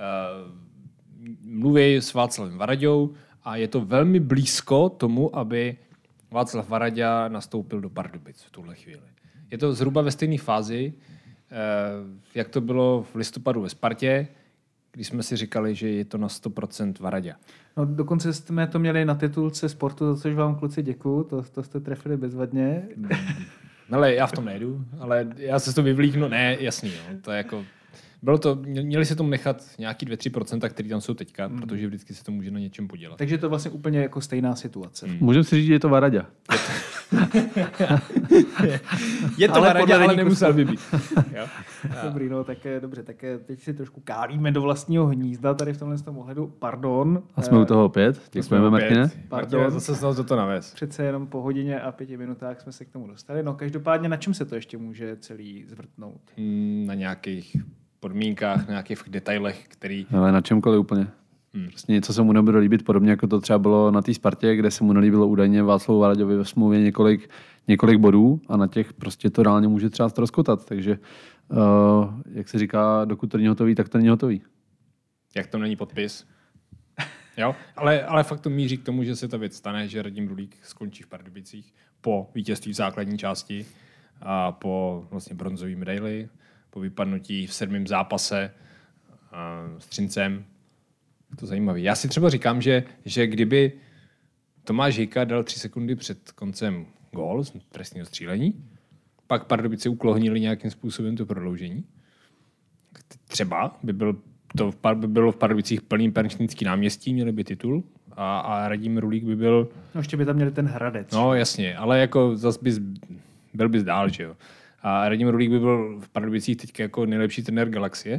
mluví s Václavem Varaďou a je to velmi blízko tomu, aby Václav Varaďa nastoupil do Pardubic v tuhle chvíli. Je to zhruba ve stejné fázi, jak to bylo v listopadu ve Spartě, když jsme si říkali, že je to na 100% Varaďa. No, dokonce jsme to měli na titulce sportu, za což vám kluci děkuju, to jste trefili bezvadně. Ale já v tom nejdu, ale já se to vyvlíknu, ne, jasný, no, to je jako... Bylo to, měli se tomu nechat nějaký 2-3%, který tam jsou teďka, protože vždycky se to může na něčem podělat. Takže je to vlastně úplně jako stejná situace. Můžeme si říct, že je to Varaďa. Je to Varaďa, ale nemusel by být. Jo? Dobrý, no tak dobře, tak teď si trošku kálíme do vlastního hnízda tady v tomhle ohledu. Pardon. A jsme u toho opět. Děkujeme, Martine. Pardon. Zase se nás do toho navést. Přece jenom po hodině a 5 minutách jsme se k tomu dostali. No každopádně na čem se to ještě může celý zvrtnout? Na nějakých podmínkách, na nějakých detailech, který... Ale na čemkoliv úplně. Prostě něco se mu nebude líbit, podobně jako to třeba bylo na té Spartě, kde se mu nelíbilo údajně Václavu Varaďovi ve smlouvě několik bodů a na těch prostě to reálně může třeba ztroskotat. Takže, jak se říká, dokud to není hotový, tak to není hotový. Jak to není podpis. Jo? Ale fakt to míří k tomu, že se ta věc stane, že Radim Rulík skončí v Pardubicích po vítězství v základní části a po vlastně bronzové medaili, po vypadnutí v 7. zápase s Třincem. To zajímavé. Já si třeba říkám, že kdyby Tomáš Hejka dal 3 sekundy před koncem gól z trestního střílení, pak Pardubice uklohnili nějakým způsobem to prodloužení, třeba by bylo v Pardubicích plný Pernštejnský náměstí, měli by titul a Radim Rulík by byl... No ještě by tam měli ten Hradec. No jasně, ale jako zas byl bys dál, že jo. A Radim Rulík by byl v Pardubicích teď jako nejlepší trenér galaxie.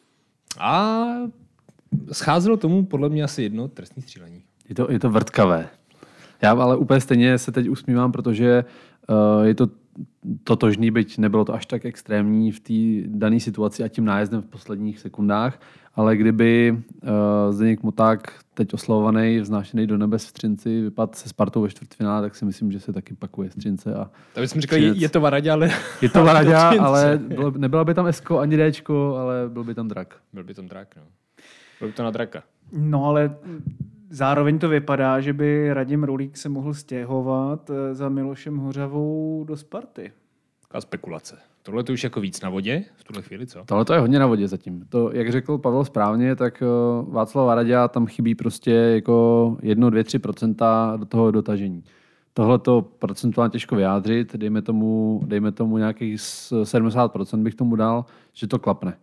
A scházelo tomu podle mě asi jedno trestní střílení. Je to vrtkavé. Já ale úplně stejně se teď usmívám, protože je to totožný, byť nebylo to až tak extrémní v té dané situaci a tím nájezdem v posledních sekundách, ale kdyby Zdeněk Moták, teď oslavovaný, vznášený do nebes v Třinci, vypadl se Spartou ve čtvrtfinále, tak si myslím, že se taky pakuje z Třince. Tak bychom říkali, je to Varaďa, ale... Je to Varaďa, ale nebyla by tam Esko ani Dčko, ale byl by tam drak. Byl by tam drak, no. Byl by to na draka. No ale zároveň to vypadá, že by Radim Rulík se mohl stěhovat za Milošem Hořavou do Sparty. Taková spekulace. Tohle to už jako víc na vodě v tuhle chvíli, co? Tohle to je hodně na vodě zatím. To, jak řekl Pavel správně, tak Václav Varaďa tam chybí prostě jako 1, 2, 3% do toho dotažení. Tohle to procentuálně těžko vyjádřit, dejme tomu nějakých 70% bych tomu dal, že to klapne.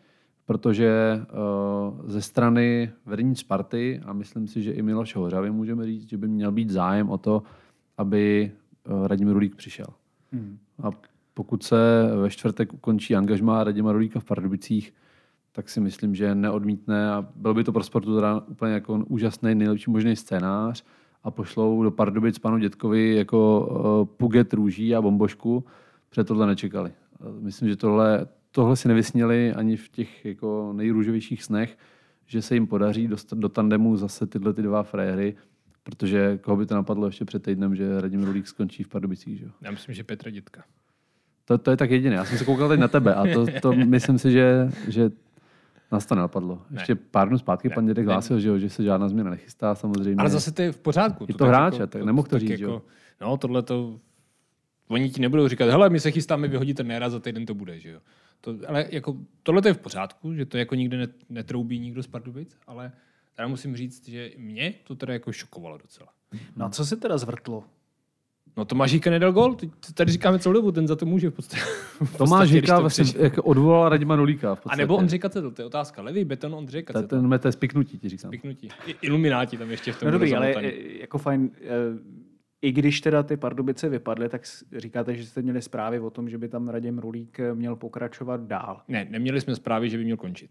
protože ze strany vedení Sparty, a myslím si, že i Miloš Hořavy můžeme říct, že by měl být zájem o to, aby Radim Rulík přišel. A pokud se ve čtvrtek ukončí angažmá Radima Rulíka v Pardubicích, tak si myslím, že neodmítne a byl by to pro Spartu teda úplně jako úžasný, nejlepší možný scénář a pošlou do Pardubic panu dětkovi jako puget růží a bombošku, protože tohle nečekali. Myslím, že tohle si nevysněli ani v těch jako nejrůžovějších snech, že se jim podaří dostat do tandemu zase tyhle ty dva frajery, protože koho by to napadlo ještě před týdnem, že Radim Rulík skončí v Pardubicích. Že? Já myslím, že Petra Dětka. To je tak jediné. Já jsem se koukal teď na tebe a to myslím si, že nás to nenapadlo. Ještě pár dnů zpátky pan Dědek hlásil, že se žádná změna nechystá samozřejmě. Ale zase to je v pořádku. Je to hráč, tak nemohl to říct. Jako, no tohle to... Oni ti nebudou říkat, hele, my se chystáme vyhodit trenéra, za týden to bude, že jo. Ale jako, tohle to je v pořádku, že to jako nikdy netroubí nikdo z Pardubic, ale já musím říct, že mě to teda jako šokovalo docela. No a co se teda zvrtlo? No Tomáš Hýka nedal gól, tady říkáme celou dobu, ten za to může v podstatě. Tomáš Hýka vlastně jako odvolal Radima Rulíka. A nebo Ondřej Kacetl, to je otázka. Levý beton, Ondřej Kacetl. Ten mete spiknutí, ti říkám. Spiknutí. Ilumináti tam ještě v tom. No dobrý, ale jako fajn, i když teda ty Pardubice vypadly, tak říkáte, že jste měli zprávy o tom, že by tam Radim Rulík měl pokračovat dál. Ne, neměli jsme zprávy, že by měl končit.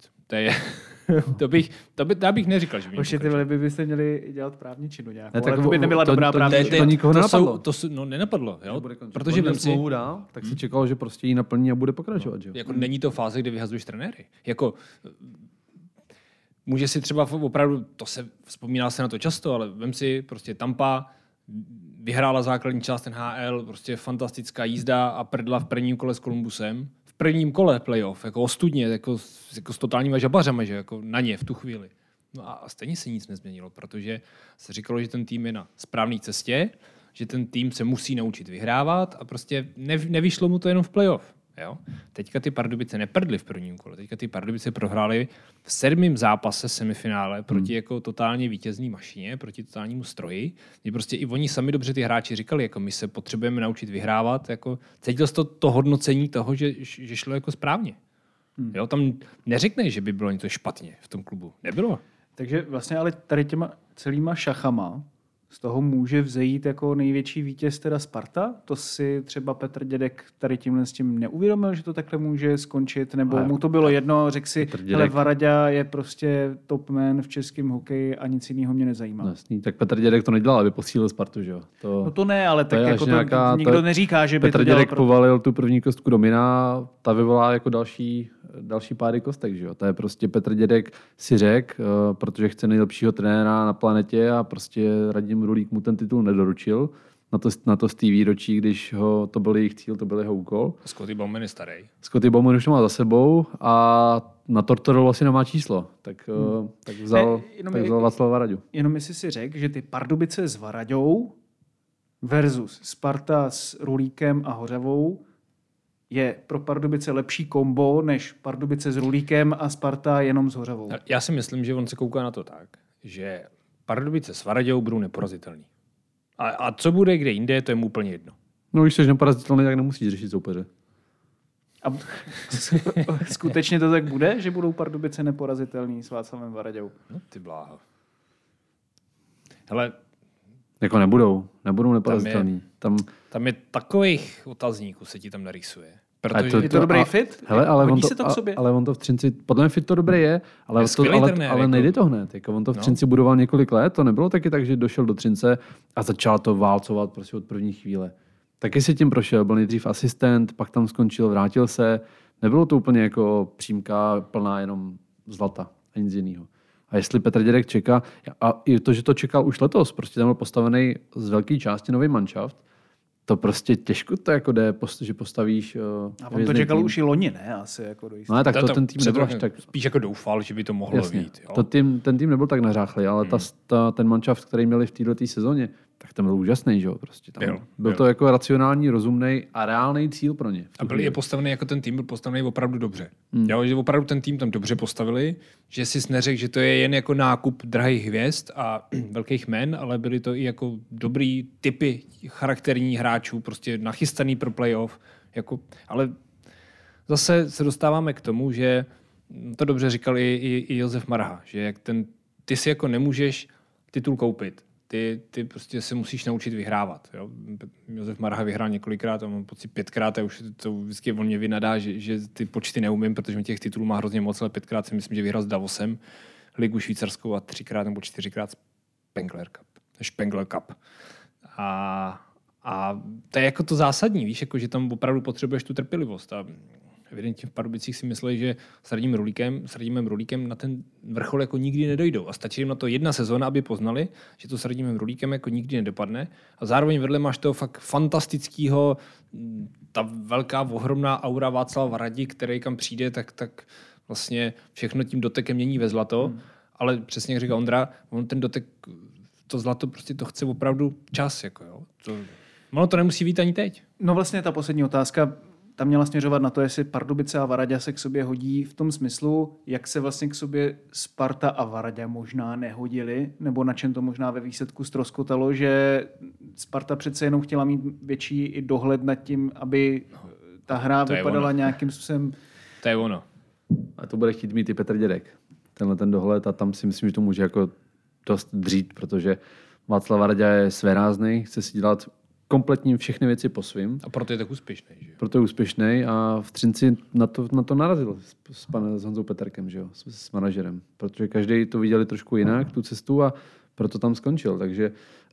Já bych neříkal, že by měl končit. Vy byste měli dělat právničinu nějakou, ale to by nebyla dobrá právničina. To nikoho nenapadlo. No nenapadlo, jo? Protože vem si dál, tak si čekal, že prostě ji naplní a bude pokračovat. No, jako není to fáze, kdy vyhazuješ trenéry. Jako může si třeba opravdu, vzpomíná se na to často, ale vem si prostě Tampa vyhrála základní část NHL, prostě fantastická jízda a prdla v prvním kole s Columbusem. V prvním kole playoff, jako ostudně, jako s totálníma žabařama, že jako na ně v tu chvíli. No a stejně se nic nezměnilo, protože se říkalo, že ten tým je na správné cestě, že ten tým se musí naučit vyhrávat a prostě nevyšlo mu to jenom v playoff. Jo? Teďka ty Pardubice neprdly v prvním kole, teďka ty Pardubice prohrály v 7. zápase semifinále proti jako totálně vítězný mašině, proti totálnímu stroji, kdy prostě i oni sami dobře ty hráči říkali, jako my se potřebujeme naučit vyhrávat, jako cítil jsi to hodnocení toho, že šlo jako správně. Jo? Tam neřekneš, že by bylo něco špatně v tom klubu. Nebylo. Takže vlastně ale tady těma celýma šachama z toho může vzejít jako největší vítěz teda Sparta? To si třeba Petr Dědek tady tímhle s tím neuvědomil, že to takhle může skončit? Nebo mu to bylo jedno, řekl si, hele, Varaďa je prostě top man v českém hokeji a nic jiného mě nezajímá. Jasný, tak Petr Dědek to nedělal, aby posílil Spartu, že jo? No to ne, ale tak jako to nikdo neříká, že by Petr to dělal. Dědek povalil tu první kostku do mina, ta vyvolá jako další pády kostek, že jo? To je prostě Petr Dědek si řekl, protože chce nejlepšího trenéra na planetě a prostě Radim Rulík mu ten titul nedoručil. Na to z té výročí, když to byl jejich cíl, to byl jeho úkol. Scotty Bowman je starý. Scotty Bowman už to má za sebou a na Tortorolu asi nemá číslo. Tak vzal Václava Varaďu. Jenom jestli si řekl, že ty Pardubice s Varaďou versus Sparta s Rulíkem a Hořavou je pro Pardubice lepší kombo než Pardubice s Rulíkem a Sparta jenom s Hořavou. Já si myslím, že on se kouká na to tak, že Pardubice s Varaďou budou neporazitelný. A co bude kde jinde, to je mu úplně jedno. No když jsi neporazitelný, tak nemusíš řešit soupeře. A skutečně to tak bude, že budou Pardubice neporazitelný s Václavem Varaďou? No ty bláho. Hele, jako nebudou neporazitelný. Tam je takových otazníků se ti tam narýsuje. Protože je to dobrý fit? Hele, ale hodí se to k sobě? Ale on to v Třinci, podle mě fit to dobré je, ale nejde to hned. Jako on to v Třinci budoval několik let, to nebylo taky tak, že došel do Třince a začal to válcovat prostě od první chvíle. Taky si tím prošel, byl nejdřív asistent, pak tam skončil, vrátil se. Nebylo to úplně jako přímka plná jenom zlata a nic jiného. A jestli Petr Dědek čeká, a i to, že to čekal už letos, prostě tam byl postavený z velké části nový manšaft, to prostě těžko to jako jde, že postavíš. A on to čekal už i loni, ne? Asi jako do no, tak to ten tým nebyl až tak. Spíš jako doufal, že by to mohlo být. Jo? Ten tým nebyl tak nařáchlý, ale ten manšaft, který měli v této sezóně, tak ten byl úžasný, že jo? Prostě tam byl to jako racionální, rozumný a reálný cíl pro ně. A byl postavený jako ten tým byl postavený opravdu dobře. Jo, že opravdu ten tým tam dobře postavili, že si neřekl, že to je jen jako nákup drahých hvězd a velkých men, ale byly to i jako dobrý typy charakterní hráčů, prostě nachystaný pro playoff. Jako, ale zase se dostáváme k tomu, že to dobře říkal i Josef Marha, že jak ty si jako nemůžeš titul koupit. Ty prostě se musíš naučit vyhrávat. Jo? Josef Marha vyhrál několikrát, a mám pocit 5krát, a už to vždycky on mě vynadá, že ty počty neumím, protože těch titulů má hrozně moc, ale 5krát si myslím, že vyhrál s Davosem, ligu švýcarskou a 3krát nebo 4krát Spengler Cup. A to je jako to zásadní, víš, jako, že tam opravdu potřebuješ tu trpělivost. A evidentně v Pardubicích si mysleli, že s Radimem Rulíkem na ten vrchol jako nikdy nedojdou. A stačí jim na to jedna sezóna, aby poznali, že to s Radimem Rulíkem jako nikdy nedopadne. A zároveň vedle máš toho fakt fantastického, ta velká, ohromná aura Václava Varadi, který kam přijde, tak vlastně všechno tím dotekem mění ve zlato. Ale přesně jak říká Ondra, on ten dotek, to zlato prostě to chce opravdu čas. Jako, jo. Ono to nemusí být ani teď. No vlastně ta poslední otázka tam měla směřovat na to, jestli Pardubice a Varaďa se k sobě hodí v tom smyslu, jak se vlastně k sobě Sparta a Varaďa možná nehodili, nebo na čem to možná ve výsledku ztroskotalo, že Sparta přece jenom chtěla mít větší i dohled nad tím, aby ta hra vypadala nějakým způsobem. To je ono. A to bude chtít mít i Petr Dědek. Tenhle ten dohled, a tam si myslím, že to může jako dost dřít, protože Václav Varaďa je svéráznej, chce si dělat kompletně všechny věci po svým. A proto je tak úspěšný. Že? Proto je úspěšný a v Třinci na to narazil s Honzou Peterkem, že jo, s manažerem. Protože každý to viděli trošku jinak, tu cestu, a proto tam skončil. Takže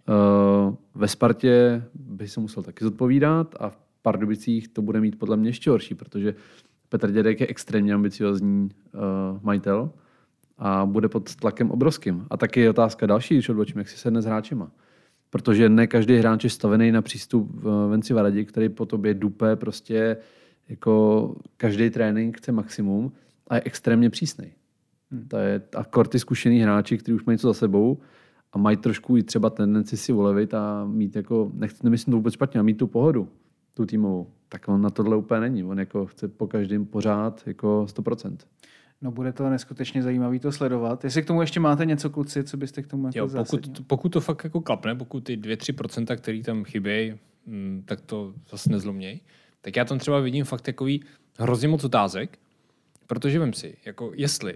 ve Spartě by se musel taky zodpovídat a v Pardubicích to bude mít podle mě ještě horší, protože Petr Dědek je extrémně ambiciozní majitel a bude pod tlakem obrovským. A taky je otázka další, když odbočím, jak si sedne s hráčima. Protože ne každý hráč je stavený na přístup Venci Varadi, který po tobě dupe prostě jako každý trénink chce maximum a je extrémně přísnej. To je ty zkušený hráči, kteří už mají něco za sebou a mají trošku i třeba tendenci si ulevit a mít jako, nemyslím to vůbec špatně, a mít tu pohodu, tu týmovou. Tak on na tohle úplně není. On jako chce po každém pořád jako 100%. No bude to neskutečně zajímavý to sledovat. Jestli k tomu ještě máte něco, kluci, co byste k tomu jako pokud to fakt jako klapne, pokud ty 2-3%, který tam chybějí, tak to zase nezlomněj. Tak já tam třeba vidím fakt takový hrozně moc otázek, protože vem si, jako jestli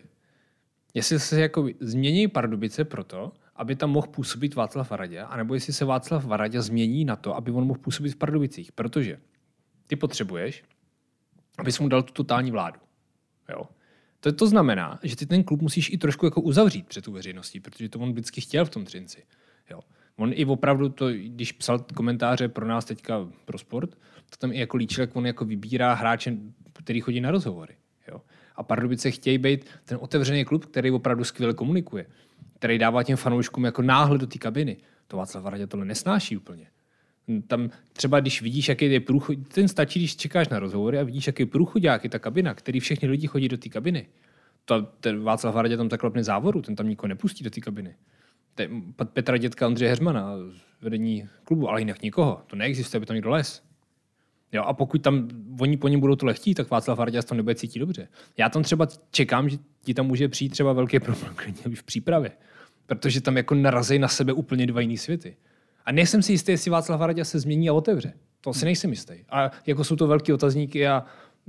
se jako změní Pardubice proto, aby tam mohl působit Václav Varaďa, anebo jestli se Václav Varaďa změní na to, aby on mohl působit v Pardubicích. Protože ty potřebuješ, abys mu dal tu totální vládu. Jo? To znamená, že ty ten klub musíš i trošku jako uzavřít před tu veřejností, protože to on vždycky chtěl v tom Třinci. Jo. On i opravdu to, když psal komentáře pro nás teďka pro sport, to tam i jako líčil, jak on jako vybírá hráče, který chodí na rozhovory. Jo. A Pardubice chtějí být ten otevřený klub, který opravdu skvěle komunikuje, který dává těm fanouškům jako náhled do té kabiny. To Václav Varaďa tohle nesnáší úplně. Tam třeba, když vidíš, jaký je průchod, ten stačí, když čekáš na rozhovory a vidíš, jaký průchodák je ta kabina, který všichni lidi chodí do té kabiny. Ten Václav Varaďa tam tak klapne závoru, ten tam nikoho nepustí do té kabiny. Petra Dětka, Ondřeje Heřmana, vedení klubu, ale jinak nikoho. To neexistuje, aby tam někdo les. Jo, a pokud tam oni po něm budou tohle chtít, tak Václav Varaďa se tam nebude cítit dobře. Já tam třeba čekám, že ti tam může přijít třeba velký problém už v přípravě, protože tam jako narazí na sebe úplně dva jiný světy. A nejsem si jistý, jestli Václav Varaďa se změní a otevře. To si nejsem jistý. A jako jsou to velký otazníky a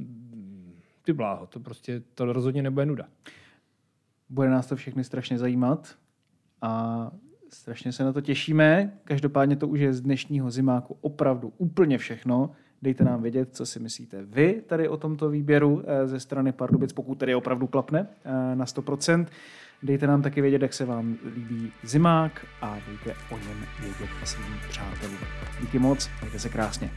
ty bláho, to rozhodně nebude nuda. Bude nás to všechny strašně zajímat a strašně se na to těšíme. Každopádně to už je z dnešního zimáku opravdu úplně všechno. Dejte nám vědět, co si myslíte vy tady o tomto výběru ze strany Pardubic, pokud tedy opravdu klapne na 100%. Dejte nám taky vědět, jak se vám líbí zimák a dejte o něm vědět svým přátelům. Díky moc, mějte se krásně.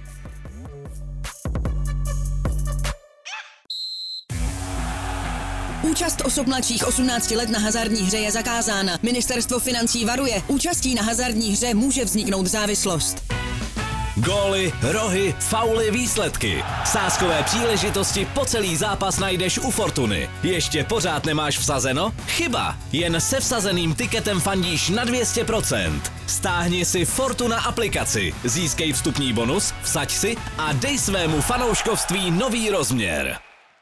Účast osob mladších 18 let na hazardní hře je zakázána. Ministerstvo financí varuje. Účastí na hazardní hře může vzniknout závislost. Góly, rohy, fauly, výsledky. Sázkové příležitosti po celý zápas najdeš u Fortuny. Ještě pořád nemáš vsazeno? Chyba! Jen se vsazeným tiketem fandíš na 200%. Stáhni si Fortuna aplikaci, získej vstupní bonus, vsaď si a dej svému fanouškovství nový rozměr.